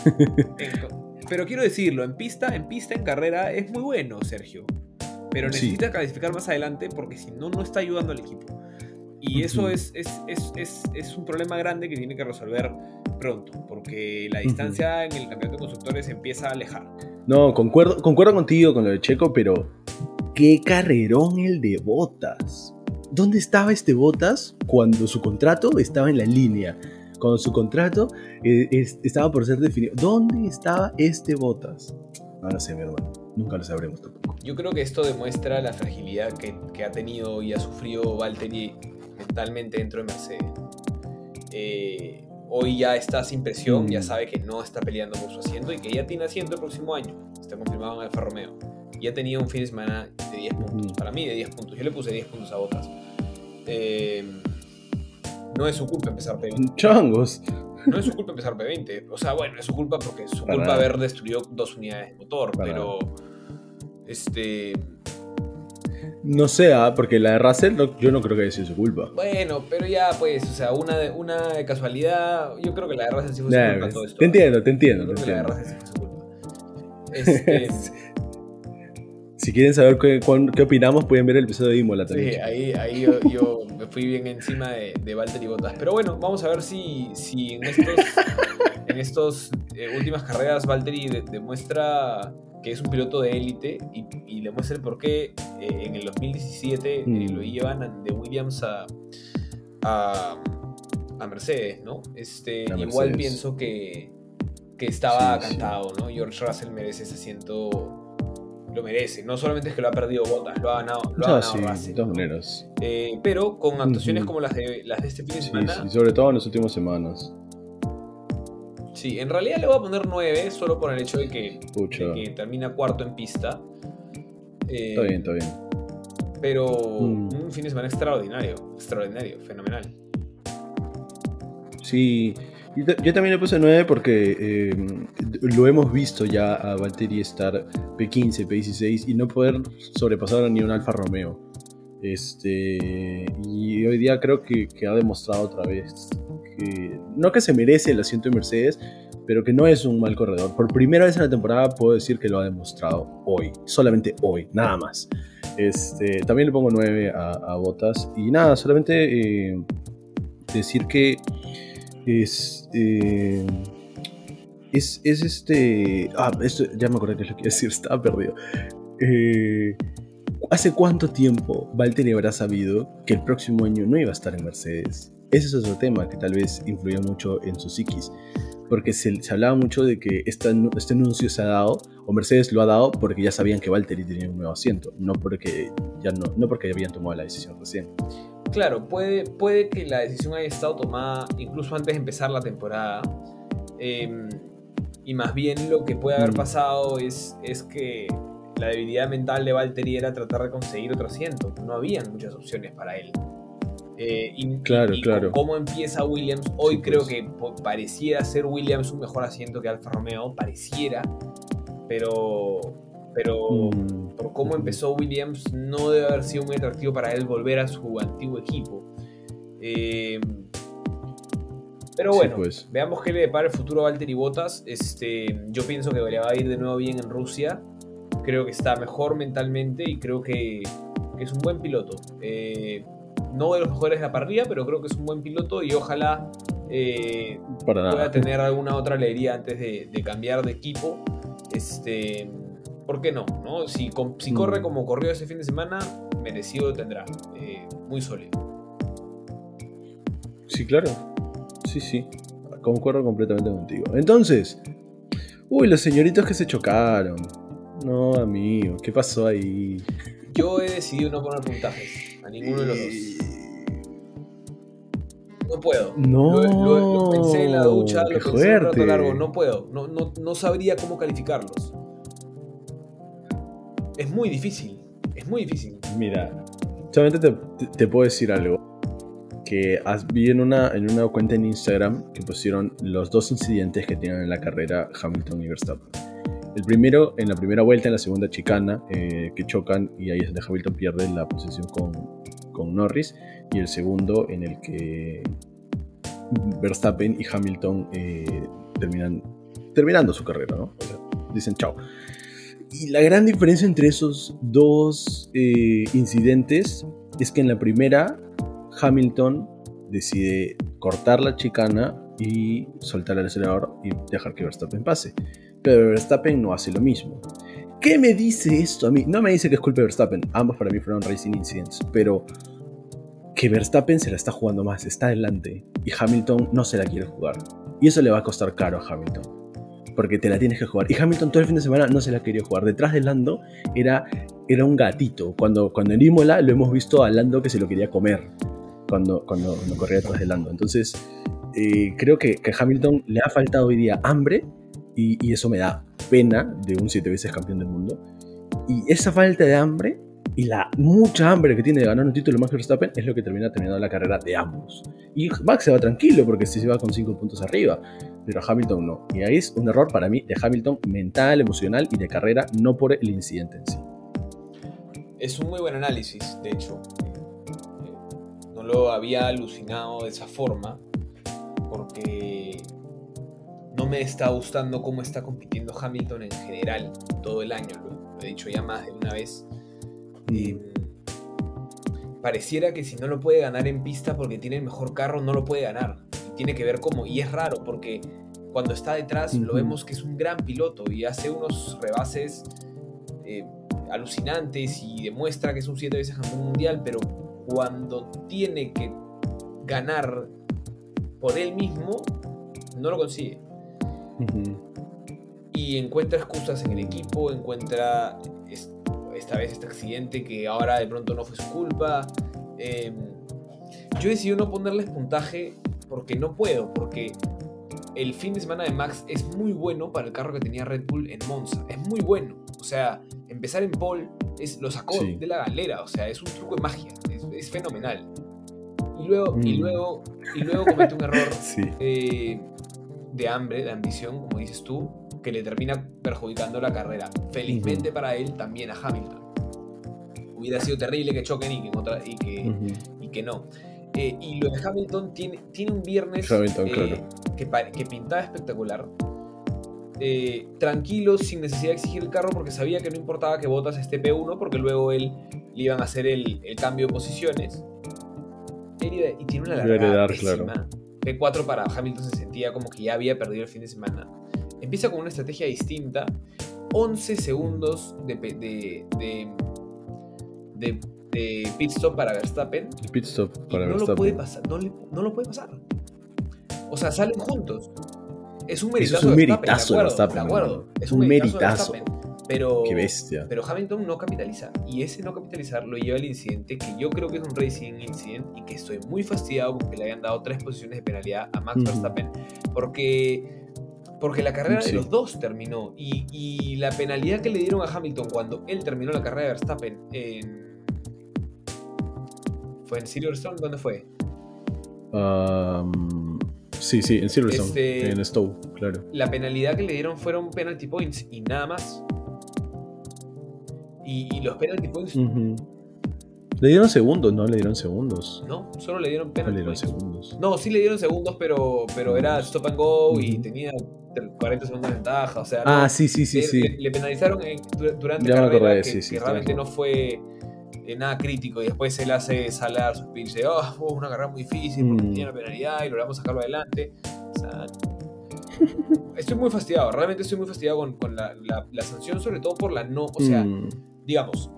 En- pero quiero decirlo, en pista, en pista, en carrera, es muy bueno, Sergio. Pero Sí. necesita clasificar más adelante porque si no, no está ayudando al equipo. Y eso Ujú. es, es, es, es, es un problema grande que tiene que resolver pronto, porque la Ujú. distancia en el campeonato de constructores empieza a alejar. No, concuerdo, concuerdo contigo con lo de Checo, pero qué carrerón el de Bottas. ¿Dónde estaba este Bottas cuando su contrato estaba en la línea? Cuando su contrato eh, es- estaba por ser definido. ¿Dónde estaba este Bottas? No lo sé, mi hermano. Nunca lo sabremos tampoco. Yo creo que esto demuestra la fragilidad que, que ha tenido y ha sufrido Valtteri mentalmente dentro de Mercedes. Eh, hoy ya está sin presión, Mm. ya sabe que no está peleando por su asiento y que ya tiene asiento el próximo año. Está confirmado en Alfa Romeo. Y ha tenido un fin de semana de diez puntos. Ujú. Para mí de diez puntos. Yo le puse diez puntos a Bottas. Eh, no es su culpa empezar P veinte. Changos. No es su culpa empezar P veinte. O sea, bueno, es su culpa porque es su Para culpa nada. haber destruido dos unidades de motor. Para pero... Este... No sé, ah, porque la de Russell no- yo no creo que haya sido su culpa. Bueno, pero ya pues, o sea, una de, una de casualidad, yo creo que la de Russell sí fue su Nah, culpa ves, todo esto. te entiendo, te entiendo, Yo te creo que la de entiendo. Russell sí fue su culpa. Este, Si quieren saber qué, cuán- qué opinamos, pueden ver el episodio de Imola también. sí, ahí, ahí yo, yo me fui bien encima de, de Valtteri Bottas. Pero bueno, vamos a ver si, si en estos, en estos eh, últimas carreras Valtteri de- demuestra que es un piloto de élite y, y demuestra el por qué eh, en el dos mil diecisiete eh, Mm. lo llevan de Williams a, a, a Mercedes, ¿no? Este, A igual Mercedes. pienso que, que estaba Sí, sí. cantado, ¿no? George Russell merece ese asiento, lo merece. No solamente es que lo ha perdido Bottas, lo ha ganado, lo ha Ah, ganado sí, Russell, de todas ¿no? maneras. Eh, pero con actuaciones Ujú. como las de, las de este fin de Sí, semana, sí, sobre todo en las últimas semanas. sí, en realidad le voy a poner nueve solo por el hecho de que, Pucha. de que termina cuarto en pista. Eh, Está bien, está bien. Pero Mm. un fin de semana extraordinario, extraordinario, fenomenal. Sí, yo, ta- yo también le puse nueve porque eh, lo hemos visto ya a Valtteri estar P quince, P dieciséis y no poder sobrepasar a ni un Alfa Romeo. Este, y hoy día creo que, que ha demostrado otra vez que, no que se merece el asiento de Mercedes, pero que no es un mal corredor. Por primera vez en la temporada puedo decir que lo ha demostrado hoy, solamente hoy, nada más. Este, también le pongo nueve a, a Bottas. Y nada, solamente eh, decir que es, eh, es, es este... Ah, esto ya me acordé que es lo que iba a decir, estaba perdido. Eh, ¿Hace cuánto tiempo Valtteri habrá sabido que el próximo año no iba a estar en Mercedes? Ese es otro tema que tal vez influyó mucho en su psiquis. Porque se, se hablaba mucho de que esta, este anuncio se ha dado, o Mercedes lo ha dado porque ya sabían que Valtteri tenía un nuevo asiento, no porque ya no, no porque habían tomado la decisión recién. Claro, puede, puede que la decisión haya estado tomada incluso antes de empezar la temporada. Eh, y más bien lo que puede haber pasado es, es que la debilidad mental de Valtteri era tratar de conseguir otro asiento. No habían muchas opciones para él. Eh, y, claro, y, y claro. con cómo empieza Williams, hoy sí, creo pues. que pareciera ser Williams un mejor asiento que Alfa Romeo, pareciera, pero, pero mm. por cómo empezó Williams no debe haber sido muy atractivo para él volver a su antiguo equipo. Eh, pero bueno, sí, pues. Veamos qué le depara el futuro a Valtteri Bottas. Este, yo pienso que le va a ir de nuevo bien en Rusia, creo que está mejor mentalmente y creo que, que es un buen piloto. Eh, No de los mejores de la parrilla, pero creo que es un buen piloto y ojalá eh, pueda tener alguna otra alegría antes de, de cambiar de equipo. Este, ¿por qué no? ¿no? Si, si corre como corrió ese fin de semana, merecido lo tendrá. Eh, muy sólido. Sí, claro. Sí, sí. Concuerdo completamente contigo. Entonces, uy, los señoritos que se chocaron. No, amigo, ¿qué pasó ahí? Yo he decidido no poner puntajes a ninguno de los dos. No puedo. No. Lo, lo, lo pensé en la ducha, lo pensé fuerte. un rato largo. No puedo. No, no, no sabría cómo calificarlos. Es muy difícil. Es muy difícil. Mira, solamente te, te, te puedo decir algo. Que vi en una, en una cuenta en Instagram que pusieron los dos incidentes que tienen en la carrera Hamilton y Verstappen. El primero, en la primera vuelta, en la segunda chicana, eh, que chocan y ahí es donde Hamilton pierde la posición con, con Norris. Y el segundo, en el que Verstappen y Hamilton eh, terminan terminando su carrera, ¿no? O sea, dicen chao. Y la gran diferencia entre esos dos eh, incidentes es que en la primera, Hamilton decide cortar la chicana y soltar el acelerador y dejar que Verstappen pase. Pero Verstappen no hace lo mismo. ¿Qué me dice esto a mí? No me dice que es culpa de Verstappen. Ambos para mí fueron racing incidents. Pero que Verstappen se la está jugando más, está adelante. Y Hamilton no se la quiere jugar. Y eso le va a costar caro a Hamilton. Porque te la tienes que jugar. Y Hamilton todo el fin de semana no se la quería jugar. Detrás de Lando era, era un gatito. Cuando, cuando en Imola lo hemos visto a Lando que se lo quería comer. Cuando, cuando, cuando corría detrás de Lando. Entonces eh, creo que, que a Hamilton le ha faltado hoy día hambre. Y, y eso me da pena de un siete veces campeón del mundo. Y esa falta de hambre y la mucha hambre que tiene de ganar un título más que Verstappen es lo que termina terminando la carrera de ambos. Y Max se va tranquilo porque sí se va con cinco puntos arriba, pero Hamilton no. Y ahí es un error para mí de Hamilton mental, emocional y de carrera, no por el incidente en sí. Es un muy buen análisis, de hecho. No lo había alucinado de esa forma porque no me está gustando cómo está compitiendo Hamilton en general todo el año. Lo he dicho ya más de una vez. Eh, pareciera que si no lo puede ganar en pista porque tiene el mejor carro, no lo puede ganar. Y tiene que ver cómo. Y es raro porque cuando está detrás uh-huh. lo vemos que es un gran piloto y hace unos rebases eh, alucinantes y demuestra que es un siete veces campeón mundial, pero cuando tiene que ganar por él mismo, no lo consigue. Uh-huh. Y encuentra excusas en el equipo, encuentra es, esta vez este accidente que ahora de pronto no fue su culpa. Eh, yo decidí no ponerles puntaje porque no puedo, porque el fin de semana de Max es muy bueno para el carro que tenía Red Bull en Monza, es muy bueno. O sea, empezar en pole es, lo sacó sí. de la galera, o sea, es un truco de magia, es, es fenomenal. Y luego, mm. y luego, y luego comete un error sí. eh, de hambre, de ambición, como dices tú, que le termina perjudicando la carrera. Felizmente uh-huh. para él, también a Hamilton. Hubiera sido terrible que choquen y que, otra, y que, uh-huh. y que no. Eh, y lo de Hamilton tiene, tiene un viernes Hamilton, eh, claro. que, que pintaba espectacular. Eh, tranquilo, sin necesidad de exigir el carro, porque sabía que no importaba que Bottas esté P uno, porque luego él le iban a hacer el, el cambio de posiciones. Él iba, y tiene una largada pésima. Claro. P cuatro para Hamilton se sentía como que ya había perdido el fin de semana. Empieza con una estrategia distinta. once segundos de, de, de, de, de pit stop para Verstappen. El pit stop para no Verstappen. Lo puede pasar, no, le, no lo puede pasar. O sea, salen juntos. Es un meritazo, es un meritazo de Verstappen. De acuerdo, es un, un meritazo. Pero, Qué bestia. Pero Hamilton no capitaliza. Y ese no capitalizar lo lleva al incidente que yo creo que es un racing incident y que estoy muy fastidiado con que le hayan dado tres posiciones de penalidad a Max uh-huh. Verstappen. Porque, porque la carrera sí. de los dos terminó. Y, y la penalidad que le dieron a Hamilton cuando él terminó la carrera de Verstappen en... ¿Fue en Silverstone? ¿Dónde fue? Um... Sí, sí, en Silverstone, este, en Stowe, claro. La penalidad que le dieron fueron penalty points y nada más. Y, y los penalty points... Uh-huh. Le dieron segundos, no le dieron segundos. No, solo le dieron penalty no le dieron points. segundos. No, sí le dieron segundos, pero, pero era stop and go uh-huh. y tenía cuarenta segundos de ventaja. O sea, ah, no, sí, sí, sí. Le, sí. le, le penalizaron en, durante ya la carrera acordé, que, sí, sí, que realmente no fue... nada crítico, y después él hace salar sus pitch de oh, fue una carrera muy difícil porque mm. tenía la penalidad y logramos sacarlo adelante. O sea, estoy muy fastidiado, realmente estoy muy fastidiado con, con la, la, la sanción, sobre todo por la no, o sea, mm. digamos,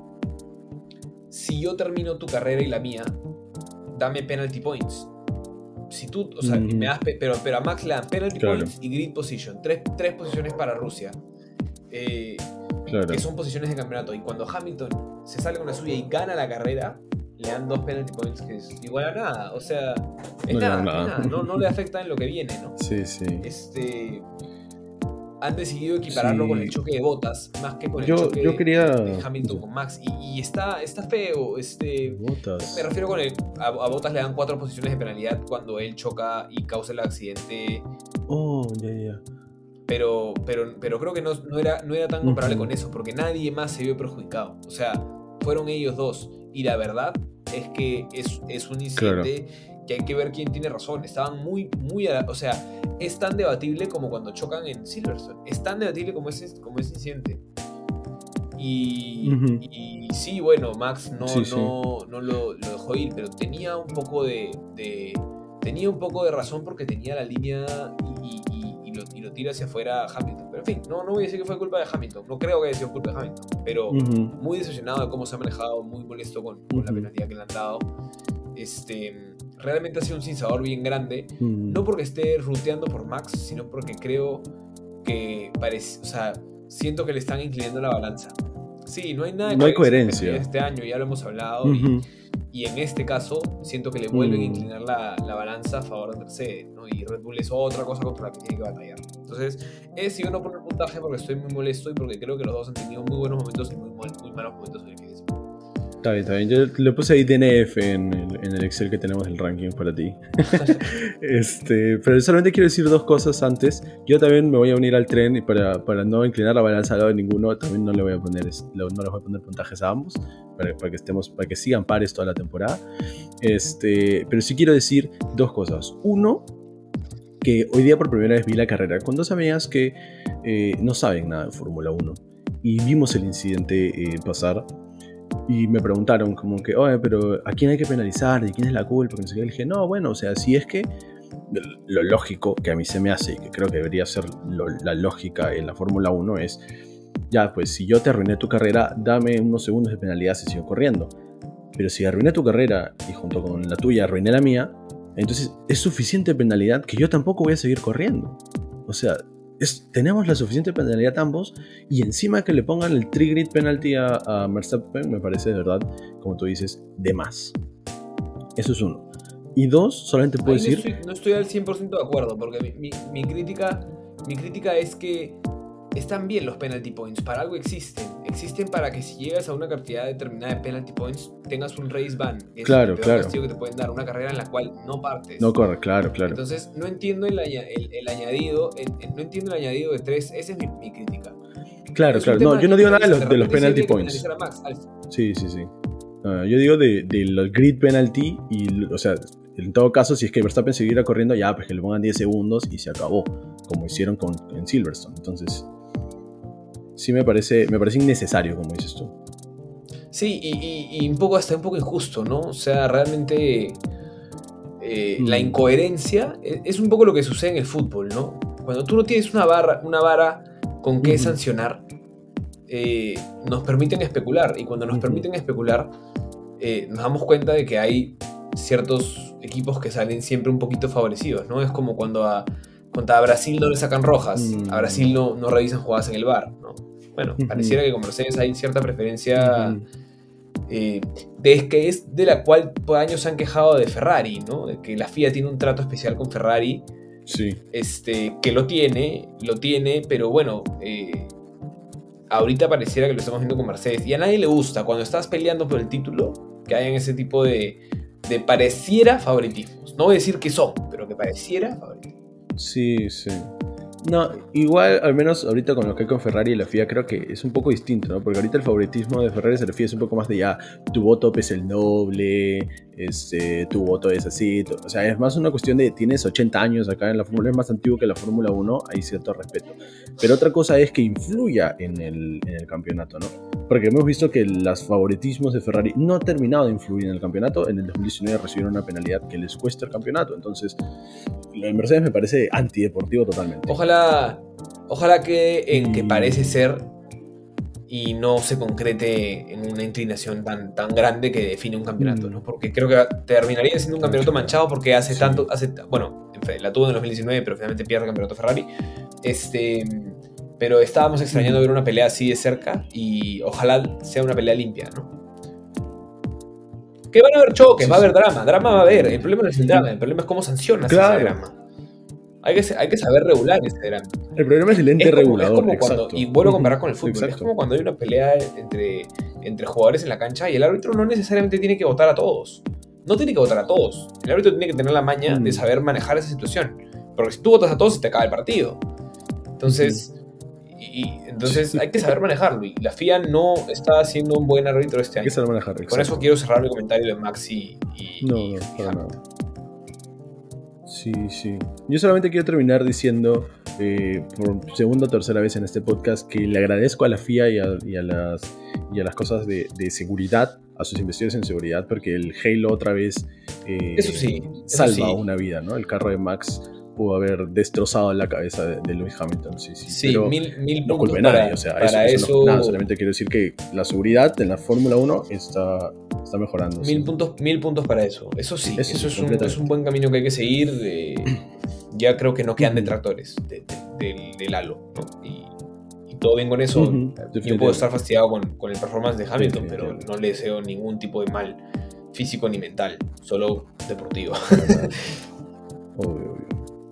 si yo termino tu carrera y la mía, dame penalty points. Si tú, o sea, mm. me das, pero, pero a Max le dan penalty claro. points y grid position, tres, tres posiciones para Rusia. Eh, Claro. Que son posiciones de campeonato. Y cuando Hamilton se sale con la suya y gana la carrera, le dan dos penalty points que es igual a nada. O sea, es no, nada, nada. Es nada. No, no le afecta en lo que viene, ¿no? Sí, sí. Este, han decidido equipararlo sí. con el choque de Bottas más que con el yo, choque yo quería... de Hamilton yo. con Max. Y, y está, está feo. Este, Bottas. Me refiero con el... A, a Bottas le dan cuatro posiciones de penalidad cuando él choca y causa el accidente. Oh, ya, yeah, ya. Yeah. Pero, pero, pero creo que no, no, era, no era tan comparable uh-huh. con eso, porque nadie más se vio perjudicado. O sea, fueron ellos dos. Y la verdad es que es, es un incidente claro. que hay que ver quién tiene razón. Estaban muy, muy... A la, o sea, es tan debatible como cuando chocan en Silverstone. Es tan debatible como ese, como ese incidente. Y, uh-huh. y sí, bueno, Max no, sí, no, sí. no lo, lo dejó ir, pero tenía un poco de, de... Tenía un poco de razón porque tenía la línea y... y Y lo, y lo tira hacia afuera Hamilton. Pero en fin, no, no voy a decir que fue culpa de Hamilton. No creo que haya sido culpa de Hamilton. Pero uh-huh. muy decepcionado de cómo se ha manejado, muy molesto con, con uh-huh. la penalidad que le han dado. Este, realmente ha sido un sinsabor bien grande. Uh-huh. No porque esté ruteando por Max, sino porque creo que parece, o sea, siento que le están inclinando la balanza. Sí, no hay nada de no hay coherencia este año, ya lo hemos hablado. Uh-huh. y, y en este caso, siento que le vuelven uh-huh. a inclinar la, la balanza a favor de Mercedes, ¿no? Y Red Bull es otra cosa contra la que tiene que batallar. Entonces, he decidido no poner puntaje porque estoy muy molesto y porque creo que los dos han tenido muy buenos momentos y muy, muy malos momentos en el fin de semana. Está bien, está bien. Yo le puse ahí D N F en el, en el Excel que tenemos del ranking para ti. este, pero solamente quiero decir dos cosas antes. Yo también me voy a unir al tren y para, para no inclinar la balanza al lado de ninguno, también no le voy a poner, no les voy a poner puntajes a ambos para, para que estemos, para que sigan pares toda la temporada. Este, pero sí quiero decir dos cosas. Uno, que hoy día por primera vez vi la carrera con dos amigas que eh, no saben nada de Fórmula uno y vimos el incidente eh, pasar. Y me preguntaron como que, oye, pero ¿a quién hay que penalizar? ¿De quién es la culpa? Y le dije, no, bueno, o sea, si es que lo lógico que a mí se me hace y que creo que debería ser lo, la lógica en la Fórmula uno es, ya, pues si yo te arruiné tu carrera, dame unos segundos de penalidad si sigo corriendo. Pero si arruiné tu carrera y junto con la tuya arruiné la mía, entonces es suficiente penalidad que yo tampoco voy a seguir corriendo. O sea... Es, tenemos la suficiente penalidad ambos y encima que le pongan el three grid penalty a, a Verstappen me parece de verdad, como tú dices, de más. Eso es uno. Y dos, solamente puedo Ahí decir... No estoy, no estoy al cien por ciento de acuerdo porque mi, mi, mi, crítica, mi crítica es que están bien los penalty points, para algo existen. Existen para que si llegas a una cantidad determinada de penalty points tengas un race ban. Es claro, el peor claro. castigo que te pueden dar, una carrera en la cual no partes. No corre, claro, claro. Entonces no entiendo el, el, el añadido, el, el, no entiendo el añadido de tres, esa es mi, mi crítica. Claro, claro. No, yo no digo nada de los, de los penalty points. Max, al... Sí, sí, sí. Uh, yo digo de, de los grid penalty y, o sea, en todo caso, si es que Verstappen siguiera corriendo, ya, pues que le pongan diez segundos y se acabó, como hicieron con, en Silverstone. Entonces, sí me parece, me parece innecesario, como dices tú. Sí, y, y, y un poco hasta un poco injusto, ¿no? O sea, realmente eh, mm. la incoherencia es, es un poco lo que sucede en el fútbol, ¿no? Cuando tú no tienes una, barra, una vara con qué mm. sancionar, eh, nos permiten especular, y cuando nos mm. permiten especular, eh, nos damos cuenta de que hay ciertos equipos que salen siempre un poquito favorecidos, ¿no? Es como cuando a, cuando a Brasil no le sacan rojas, mm. a Brasil no, no revisan jugadas en el V A R, ¿no? Bueno, mm-hmm. pareciera que con Mercedes hay cierta preferencia mm-hmm. eh, de que es de la cual por años se han quejado de Ferrari, ¿no? De que la F I A tiene un trato especial con Ferrari, sí. este, que lo tiene, lo tiene, pero bueno, eh, ahorita pareciera que lo estamos viendo con Mercedes, y a nadie le gusta cuando estás peleando por el título que hayan ese tipo de, de pareciera favoritismos. No voy a decir que son, pero que pareciera favoritismos. Sí, sí. No, igual, al menos ahorita con lo que hay con Ferrari y la F I A, creo que es un poco distinto, ¿no? Porque ahorita el favoritismo de Ferrari y la F I A es un poco más de ya, tu voto pesa el doble, este, tu voto es así, tu, o sea, es más una cuestión de tienes ochenta años acá en la Fórmula, es más antiguo que la Fórmula uno, hay cierto respeto. Pero otra cosa es que influya en el, en el campeonato, ¿no? Porque hemos visto que los favoritismos de Ferrari no han terminado de influir en el campeonato. En el dos mil diecinueve recibieron una penalidad que les cuesta el campeonato. Entonces, lo de Mercedes me parece antideportivo totalmente. Ojalá, ojalá que en que parece ser y no se concrete en una inclinación tan, tan grande que define un campeonato, ¿no? Porque creo que terminaría siendo un campeonato manchado porque hace sí. tanto, hace, bueno, la tuvo en el dos mil diecinueve, pero finalmente pierde el campeonato Ferrari. Este... Pero estábamos extrañando ver una pelea así de cerca y ojalá sea una pelea limpia, ¿no? Que van a haber choques, sí, va a haber drama, drama va a haber. El problema no es el drama, el problema es cómo sancionas claro. ese drama. Hay que, hay que saber regular ese drama. El problema es el ente es como, regulador, es como exacto. Cuando, y vuelvo a comparar con el fútbol, exacto. Es como cuando hay una pelea entre, entre jugadores en la cancha y el árbitro no necesariamente tiene que votar a todos. No tiene que votar a todos. El árbitro tiene que tener la maña mm. de saber manejar esa situación. Porque si tú votas a todos, se te acaba el partido. Entonces... Mm. Y entonces hay que saber manejarlo, y la F I A no está haciendo un buen árbitro este año. Hay que saber manejarlo. Con eso quiero cerrar mi comentario de Max y, y no, y, no, y para nada. Sí, sí. Yo solamente quiero terminar diciendo eh, por segunda o tercera vez en este podcast que le agradezco a la F I A y a, y a, las, y a las cosas de, de seguridad, a sus investigadores en seguridad, porque el Halo otra vez eh, eso sí, salva eso sí. una vida, ¿no? El carro de Max pudo haber destrozado la cabeza de, de Lewis Hamilton. Sí, sí, sí pero mil, mil no culpe a nadie. O sea, para eso, eso, eso... No, nada, solamente quiero decir que la seguridad en la Fórmula uno está, está mejorando. Mil, sí. puntos, mil puntos para eso. Eso sí, eso, eso sí, es, un, es un buen camino que hay que seguir. Eh, ya creo que no quedan detractores de, de, de, del halo, ¿no? Y, y todo bien con eso. Uh-huh. Yo puedo estar fastidiado con, con el performance de Hamilton, sí, pero no le deseo ningún tipo de mal físico ni mental, solo deportivo. Obvio, obvio.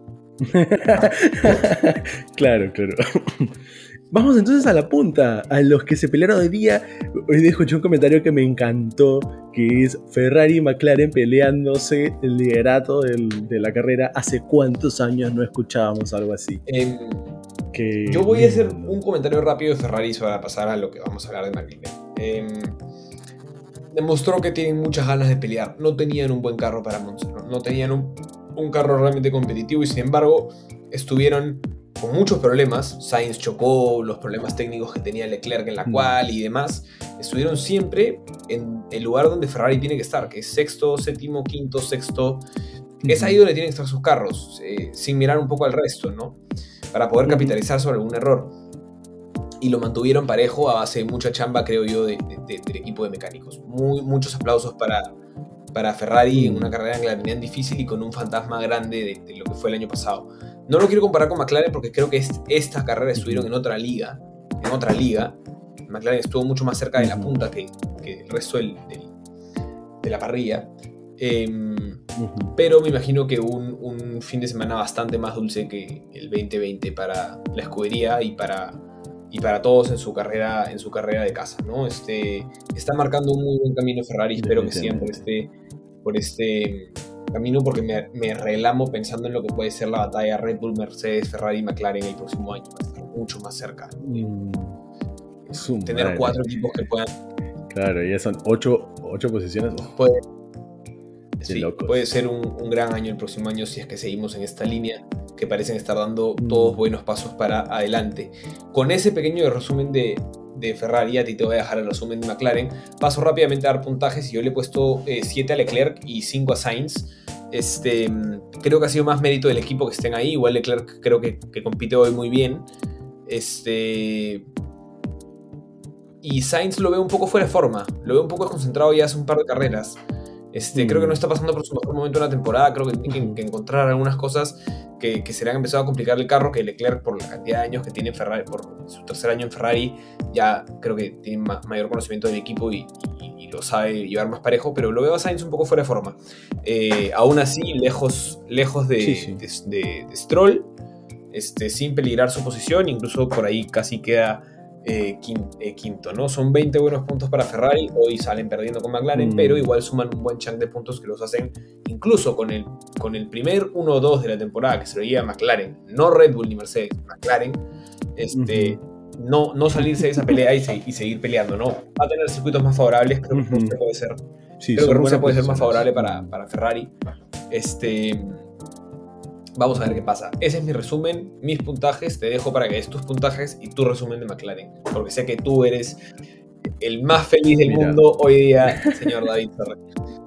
Claro, claro. Vamos entonces a la punta, a los que se pelearon hoy día. Hoy dejo yo un comentario que me encantó, que es Ferrari y McLaren peleándose el liderato del, de la carrera. ¿Hace cuántos años no escuchábamos algo así? Eh, que... Yo voy a hacer un comentario rápido de Ferrari para pasar a lo que vamos a hablar de McLaren. Eh, demostró que tienen muchas ganas de pelear. No tenían un buen carro para Monza, no, no tenían un un carro realmente competitivo y sin embargo estuvieron con muchos problemas. Sainz chocó, los problemas técnicos que tenía Leclerc en la cual y demás, estuvieron siempre en el lugar donde Ferrari tiene que estar, que es sexto, séptimo, quinto, sexto. Uh-huh. Es ahí donde tienen que estar sus carros, eh, sin mirar un poco al resto, ¿no? Para poder capitalizar sobre algún error. Y lo mantuvieron parejo a base de mucha chamba, creo yo, de, de, de, del equipo de mecánicos. Muy, muchos aplausos para... para Ferrari en una carrera en que la tenían difícil y con un fantasma grande de, de lo que fue el año pasado. No lo quiero comparar con McLaren porque creo que es, esta carrera estuvieron en otra liga, en otra liga. McLaren estuvo mucho más cerca de la punta que, que el resto del, del, de la parrilla. Eh, uh-huh. Pero me imagino que un, un fin de semana bastante más dulce que el veinte veinte para la escudería y para, y para todos en su carrera, en su carrera de casa, ¿no? Este, está marcando un muy buen camino Ferrari, espero que sigan por este, por este camino, porque me, me relamo pensando en lo que puede ser la batalla Red Bull, Mercedes, Ferrari y McLaren el próximo año. Va a estar mucho más cerca. Mm, Tener madre. cuatro equipos que puedan... Claro, ya son ocho, ocho posiciones. Puede, Sí, locos. puede ser un, un gran año el próximo año si es que seguimos en esta línea, que parecen estar dando todos buenos pasos para adelante. Con ese pequeño resumen de, de Ferrari, a ti te voy a dejar el resumen de McLaren. Paso rápidamente a dar puntajes y yo le he puesto siete eh, a Leclerc y cinco a Sainz. Este, creo que ha sido más mérito del equipo que estén ahí. Igual Leclerc creo que, que compite hoy muy bien. Este... Y Sainz lo veo un poco fuera de forma. Lo veo un poco desconcentrado ya hace un par de carreras. Este, mm. Creo que no está pasando por su mejor momento de la temporada. Creo que tiene que, que encontrar algunas cosas que, que se le han empezado a complicar el carro. Que Leclerc, por la cantidad de años que tiene en Ferrari, por su tercer año en Ferrari, ya creo que tiene ma mayor conocimiento del equipo y, y, y lo sabe llevar más parejo. Pero lo veo a Sainz un poco fuera de forma. Eh, aún así, lejos, lejos de, sí, sí. de, de, de Stroll, este, sin peligrar su posición. Incluso por ahí casi queda Eh, quinto, eh, quinto, ¿no? Son veinte buenos puntos para Ferrari, hoy salen perdiendo con McLaren, mm. pero igual suman un buen chunk de puntos que los hacen, incluso con el, con el primer uno dos de la temporada que se lo lleva McLaren, no Red Bull ni Mercedes, McLaren, este, mm-hmm. no, no salirse de esa pelea y, se, y seguir peleando, ¿no? Va a tener circuitos más favorables, creo que Rusia puede ser, sí, creo que Rusia puede ser más favorable para, para Ferrari. Este... Vamos a ver qué pasa. Ese es mi resumen, mis puntajes. Te dejo para que des tus puntajes y tu resumen de McLaren. Porque sé que tú eres el más feliz del Mira. mundo hoy día, señor David Ferrer.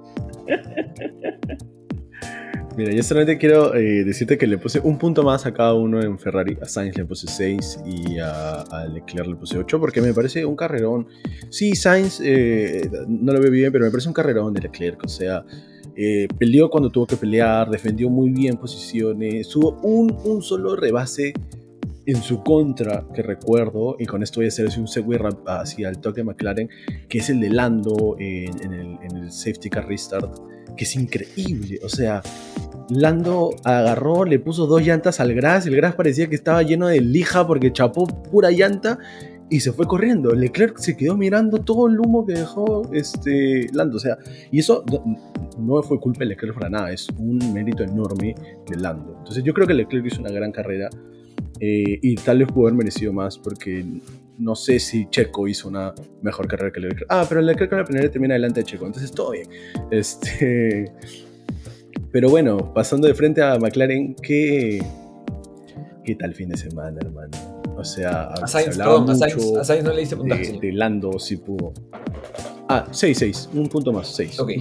Mira, yo solamente quiero eh, decirte que le puse un punto más a cada uno en Ferrari. A Sainz le puse seis y a, a Leclerc le puse ocho porque me parece un carrerón. Sí, Sainz eh, no lo veo bien, pero me parece un carrerón de Leclerc. O sea... Eh, peleó cuando tuvo que pelear, defendió muy bien posiciones, tuvo un, un solo rebase en su contra que recuerdo, y con esto voy a hacer así un segue hacia el toque de McLaren, que es el de Lando en, en, el, en el safety car restart, que es increíble. O sea, Lando agarró, le puso dos llantas al Gras, el Gras parecía que estaba lleno de lija porque chapó pura llanta y se fue corriendo. Leclerc se quedó mirando todo el humo que dejó este, Lando. O sea, y eso no, no fue culpa de Leclerc para nada, es un mérito enorme de Lando. Entonces yo creo que Leclerc hizo una gran carrera eh, y tal vez pudo haber merecido más porque no sé si Checo hizo una mejor carrera que Leclerc. Ah, pero Leclerc en la primera termina delante de Checo, entonces todo bien. Este... Pero bueno, pasando de frente a McLaren, ¿qué, qué tal fin de semana, hermano? O sea, a Sainz, perdón, a Sainz, a Sainz no le diste puntaje. De, de Lando sí pudo. Ah, seis, seis, un punto más, seis. Ok.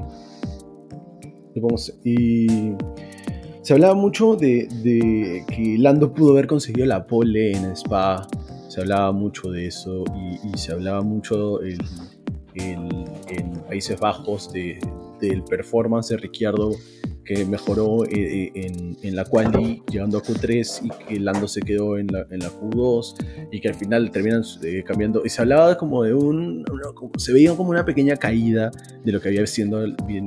Y se hablaba mucho de, de que Lando pudo haber conseguido la pole en Spa. Se hablaba mucho de eso y, y se hablaba mucho el, el, en Países Bajos de, del performance de Ricciardo, que mejoró eh, en, en la quali llegando a Q tres y que Lando se quedó en la, en la Q dos y que al final terminan eh, cambiando, y se hablaba como de un, una, como, se veía como una pequeña caída de lo que había siendo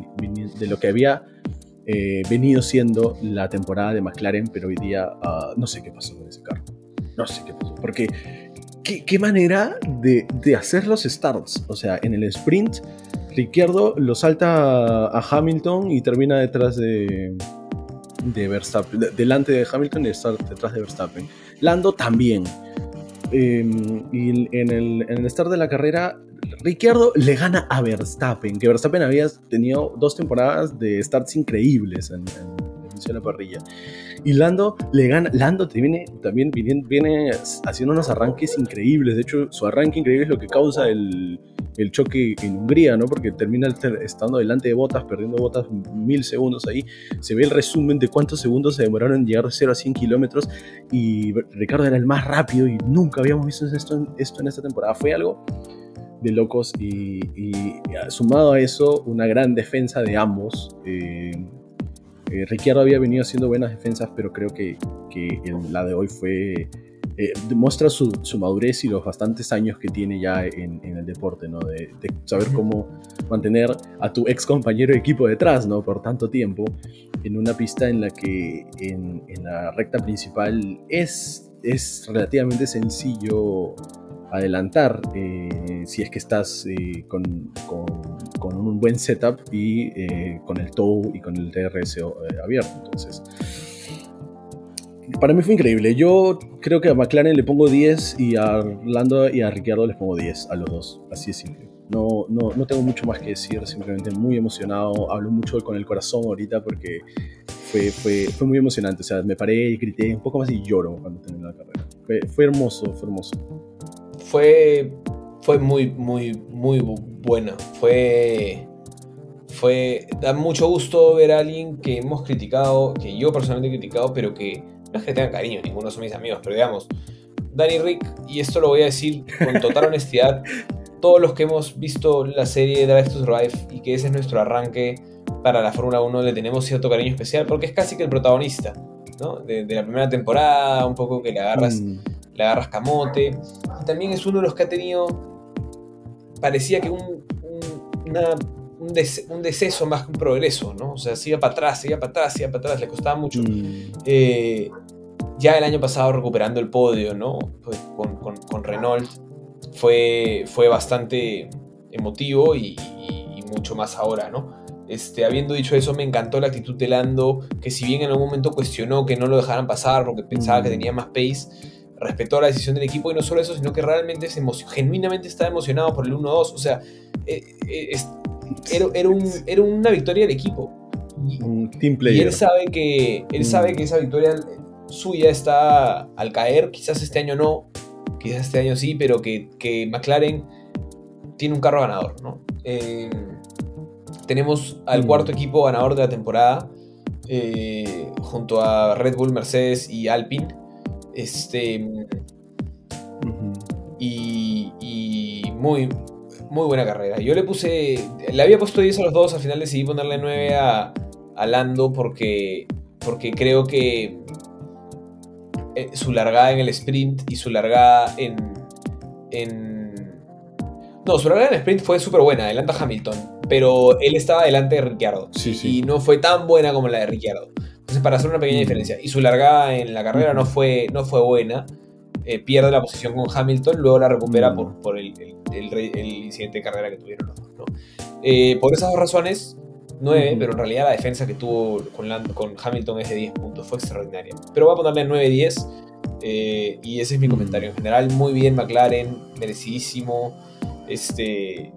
de lo que había eh, venido siendo la temporada de McLaren, pero hoy día uh, no sé qué pasó con ese carro, no sé qué pasó, porque qué, qué manera de, de hacer los starts. O sea, en el sprint Ricciardo lo salta a Hamilton y termina detrás de, de Verstappen, de, delante de Hamilton y detrás de Verstappen. Lando también. Eh, y en el, en el start de la carrera, Ricciardo le gana a Verstappen, que Verstappen había tenido dos temporadas de starts increíbles en, en de la parrilla. Y Lando le gana. Lando te viene, también viene, viene haciendo unos arranques increíbles. De hecho, su arranque increíble es lo que causa el, el choque en Hungría, ¿no? Porque termina estando delante de Bottas, perdiendo Bottas mil segundos ahí. Se ve el resumen de cuántos segundos se demoraron en llegar de cero a cien kilómetros. Y Ricardo era el más rápido y nunca habíamos visto esto, esto en esta temporada. Fue algo de locos. Y, y sumado a eso, una gran defensa de ambos. Eh, Eh, Ricciardo había venido haciendo buenas defensas, pero creo que, que el, la de hoy fue eh, demuestra su, su madurez y los bastantes años que tiene ya en, en el deporte, ¿no? De, de saber cómo mantener a tu ex compañero de equipo detrás, ¿no? Por tanto tiempo en una pista en la que en, en la recta principal es, es relativamente sencillo adelantar eh, si es que estás eh, con, con, con un buen setup y eh, con el tow y con el D R S eh, abierto. Entonces, para mí fue increíble. Yo creo que a McLaren le pongo diez y a Lando y a Ricciardo les pongo diez a los dos, así de simple. No, no, no tengo mucho más que decir, simplemente muy emocionado. Hablo mucho con el corazón ahorita porque fue, fue, fue muy emocionante. O sea, me paré y grité un poco más y lloro cuando terminé la carrera. Fue, fue hermoso, fue hermoso. Fue, fue muy, muy, muy buena. Fue, fue... Da mucho gusto ver a alguien que hemos criticado, que yo personalmente he criticado, pero que no es que tenga cariño, ninguno son mis amigos, pero digamos, Danny Ric, y esto lo voy a decir con total honestidad, todos los que hemos visto la serie Drive to Survive y que ese es nuestro arranque para la Fórmula uno, le tenemos cierto cariño especial porque es casi que el protagonista, ¿no? de, de la primera temporada, un poco que le agarras, mm. le agarras camote. Y también es uno de los que ha tenido, parecía que un, un, una, un, des, un deceso más que un progreso, ¿no? O sea, se iba para atrás, se iba para atrás, se iba para atrás, le costaba mucho. Mm. Eh, ya el año pasado recuperando el podio, ¿no? Pues con, con, con Renault. Fue, fue bastante emotivo y, y, y mucho más ahora, ¿no? Este, habiendo dicho eso, me encantó la actitud de Lando, que si bien en algún momento cuestionó que no lo dejaran pasar porque pensaba mm. que tenía más pace, respetó la decisión del equipo, y no solo eso, sino que realmente se emocionó, genuinamente estaba emocionado por el uno dos. O sea, eh, eh, es, era, era, un, era una victoria del equipo. Y, un team player. Y él sabe que, él mm. sabe que esa victoria suya está al caer, quizás este año no, quizás este año sí, pero que, que McLaren tiene un carro ganador, ¿no? Eh, tenemos al mm. cuarto equipo ganador de la temporada, eh, junto a Red Bull, Mercedes y Alpine. Este, uh-huh. y, y muy, muy buena carrera. Yo le puse, le había puesto diez a los dos, al final decidí ponerle nueve a, a Lando porque, porque creo que su largada en el sprint y su largada en, en... No, su largada en el sprint fue súper buena, adelanta a Hamilton, pero él estaba delante de Ricciardo, sí, y, sí. y no fue tan buena como la de Ricciardo. Entonces, para hacer una pequeña mm. diferencia, y su largada en la carrera mm. no, fue, no fue buena, eh, pierde la posición con Hamilton, luego la recupera mm. por, por el, el, el, el incidente de carrera que tuvieron los dos, ¿no? Eh, por esas dos razones, nueve, mm. pero en realidad la defensa que tuvo con, Land, con Hamilton es de diez puntos, fue extraordinaria. Pero voy a ponerle nueve diez, eh, y ese es mi mm. comentario. En general, muy bien McLaren, merecidísimo, este...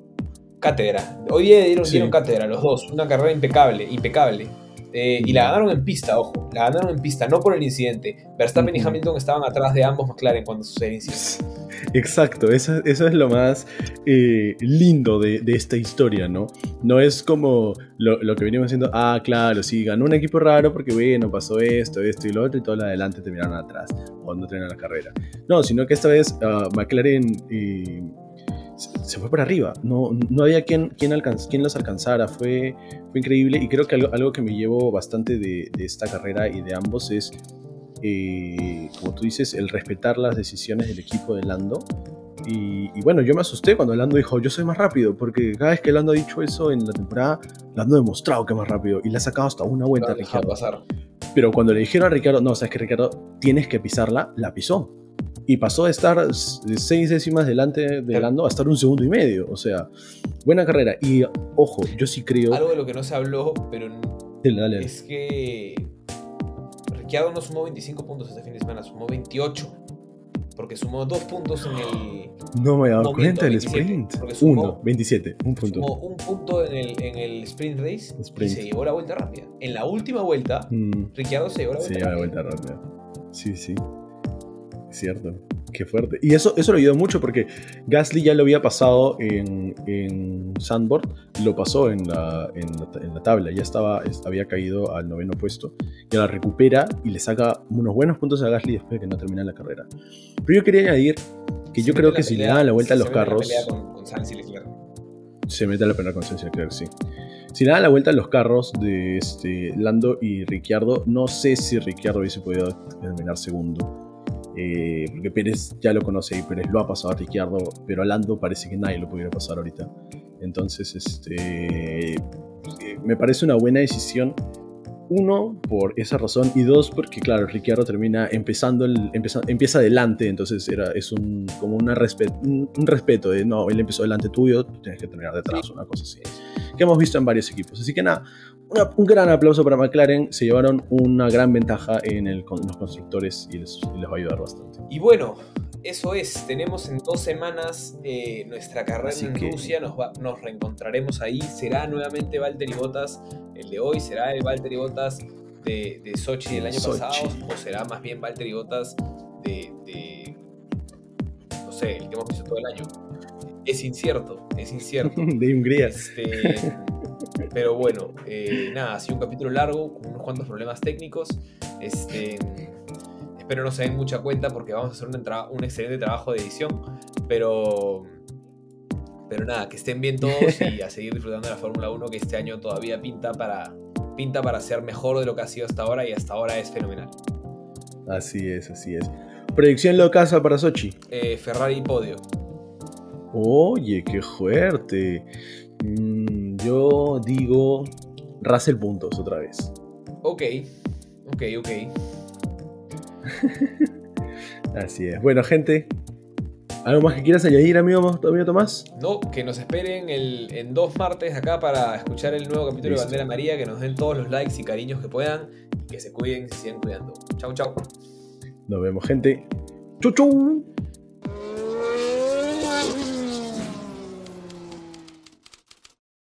cátedra. Hoy día dieron, sí. dieron cátedra los dos, una carrera impecable, impecable. Eh, y la ganaron en pista, ojo, la ganaron en pista, no por el incidente. Verstappen uh-huh. y Hamilton estaban atrás de ambos McLaren cuando sucedió el incidente. Exacto, eso, eso es lo más eh, lindo de, de esta historia, ¿no? No es como lo, lo que venimos diciendo, ah, claro, sí, ganó un equipo raro porque, bueno, pasó esto, esto y lo otro, y todo lo de adelante terminaron atrás, o no terminaron la carrera. No, sino que esta vez uh, McLaren... Eh, se fue por arriba, no, no había quien, quien, alcanz, quien los alcanzara, fue, fue increíble. Y creo que algo, algo que me llevo bastante de, de esta carrera y de ambos es, eh, como tú dices, el respetar las decisiones del equipo de Lando. Y, y bueno, yo me asusté cuando Lando dijo, yo soy más rápido, porque cada vez que Lando ha dicho eso en la temporada, Lando ha demostrado que es más rápido y le ha sacado hasta una vuelta a Ricciardo. Pasar. Pero cuando le dijeron a Ricciardo, no, sabes que Ricciardo, tienes que pisarla, la pisó. Y pasó de estar seis décimas delante de Lando a estar un segundo y medio. O sea, buena carrera. Y ojo, yo sí creo... Algo de lo que no se habló, pero dale, dale. es que Ricciardo no sumó veinticinco puntos este fin de semana, sumó veintiocho. Porque sumó dos puntos en el... No me he dado no, cuenta del sprint. Sumó, Uno, veintisiete, un punto. Sumó un punto en el, en el sprint race sprint. Y se llevó la vuelta rápida. En la última vuelta, mm. Ricciardo se llevó la vuelta se rápida. Se llevó la vuelta rápida. Sí, sí. Es cierto, qué fuerte. Y eso, eso lo ayudó mucho porque Gasly ya lo había pasado en, en Zandvoort, lo pasó en la, en, la, en la tabla, ya estaba, había caído al noveno puesto, ya la recupera y le saca unos buenos puntos a Gasly después de que no termina la carrera. Pero yo quería añadir que yo creo que si le dan la vuelta a los carros... Con, con Sainz y Leclerc. Se mete a la pelea con Sainz y Leclerc, sí. Si le dan la vuelta a los carros de este, Lando y Ricciardo, no sé si Ricciardo hubiese podido terminar segundo. Eh, porque Pérez ya lo conoce y Pérez lo ha pasado a Ricciardo, pero a Lando parece que nadie lo pudiera pasar ahorita. Entonces, este, eh, me parece una buena decisión. Uno, por esa razón, y dos, porque claro, Ricciardo termina empezando, el, empieza, empieza adelante, entonces era, es un, como una respet, un, un respeto de, no, él empezó delante tuyo, tú tienes que terminar detrás, sí. Una cosa así, que hemos visto en varios equipos. Así que nada, una, un gran aplauso para McLaren, se llevaron una gran ventaja en, el, con los constructores y les, y les va a ayudar bastante. Y bueno, eso es, tenemos en dos semanas eh, nuestra carrera Así en que- Rusia, nos, va- nos reencontraremos ahí, será nuevamente Valtteri Bottas el de hoy, será el Valtteri Bottas de, de Sochi del año Sochi. pasado, o será más bien Valtteri Bottas de, de, no sé, el que hemos visto todo el año. Es incierto, es incierto. De Hungría. Este, pero bueno, eh, nada, ha sido un capítulo largo, con unos cuantos problemas técnicos. Este, espero no se den mucha cuenta porque vamos a hacer un, entra- un excelente trabajo de edición. Pero, pero nada, que estén bien todos y a seguir disfrutando de la Fórmula uno, que este año todavía pinta para, pinta para ser mejor de lo que ha sido hasta ahora, y hasta ahora es fenomenal. Así es, así es. Predicción locaza para Sochi. Eh, Ferrari podio. Oye, qué fuerte. Mm, yo digo Russell puntos otra vez. Ok, ok, ok. Así es. Bueno, gente, ¿algo más que quieras añadir, amigo, amigo Tomás? No, que nos esperen el, en dos martes acá para escuchar el nuevo capítulo Listo. de Bandera María, que nos den todos los likes y cariños que puedan, y que se cuiden y se sigan cuidando. Chau, chau. Nos vemos, gente. ¡Chau, chau!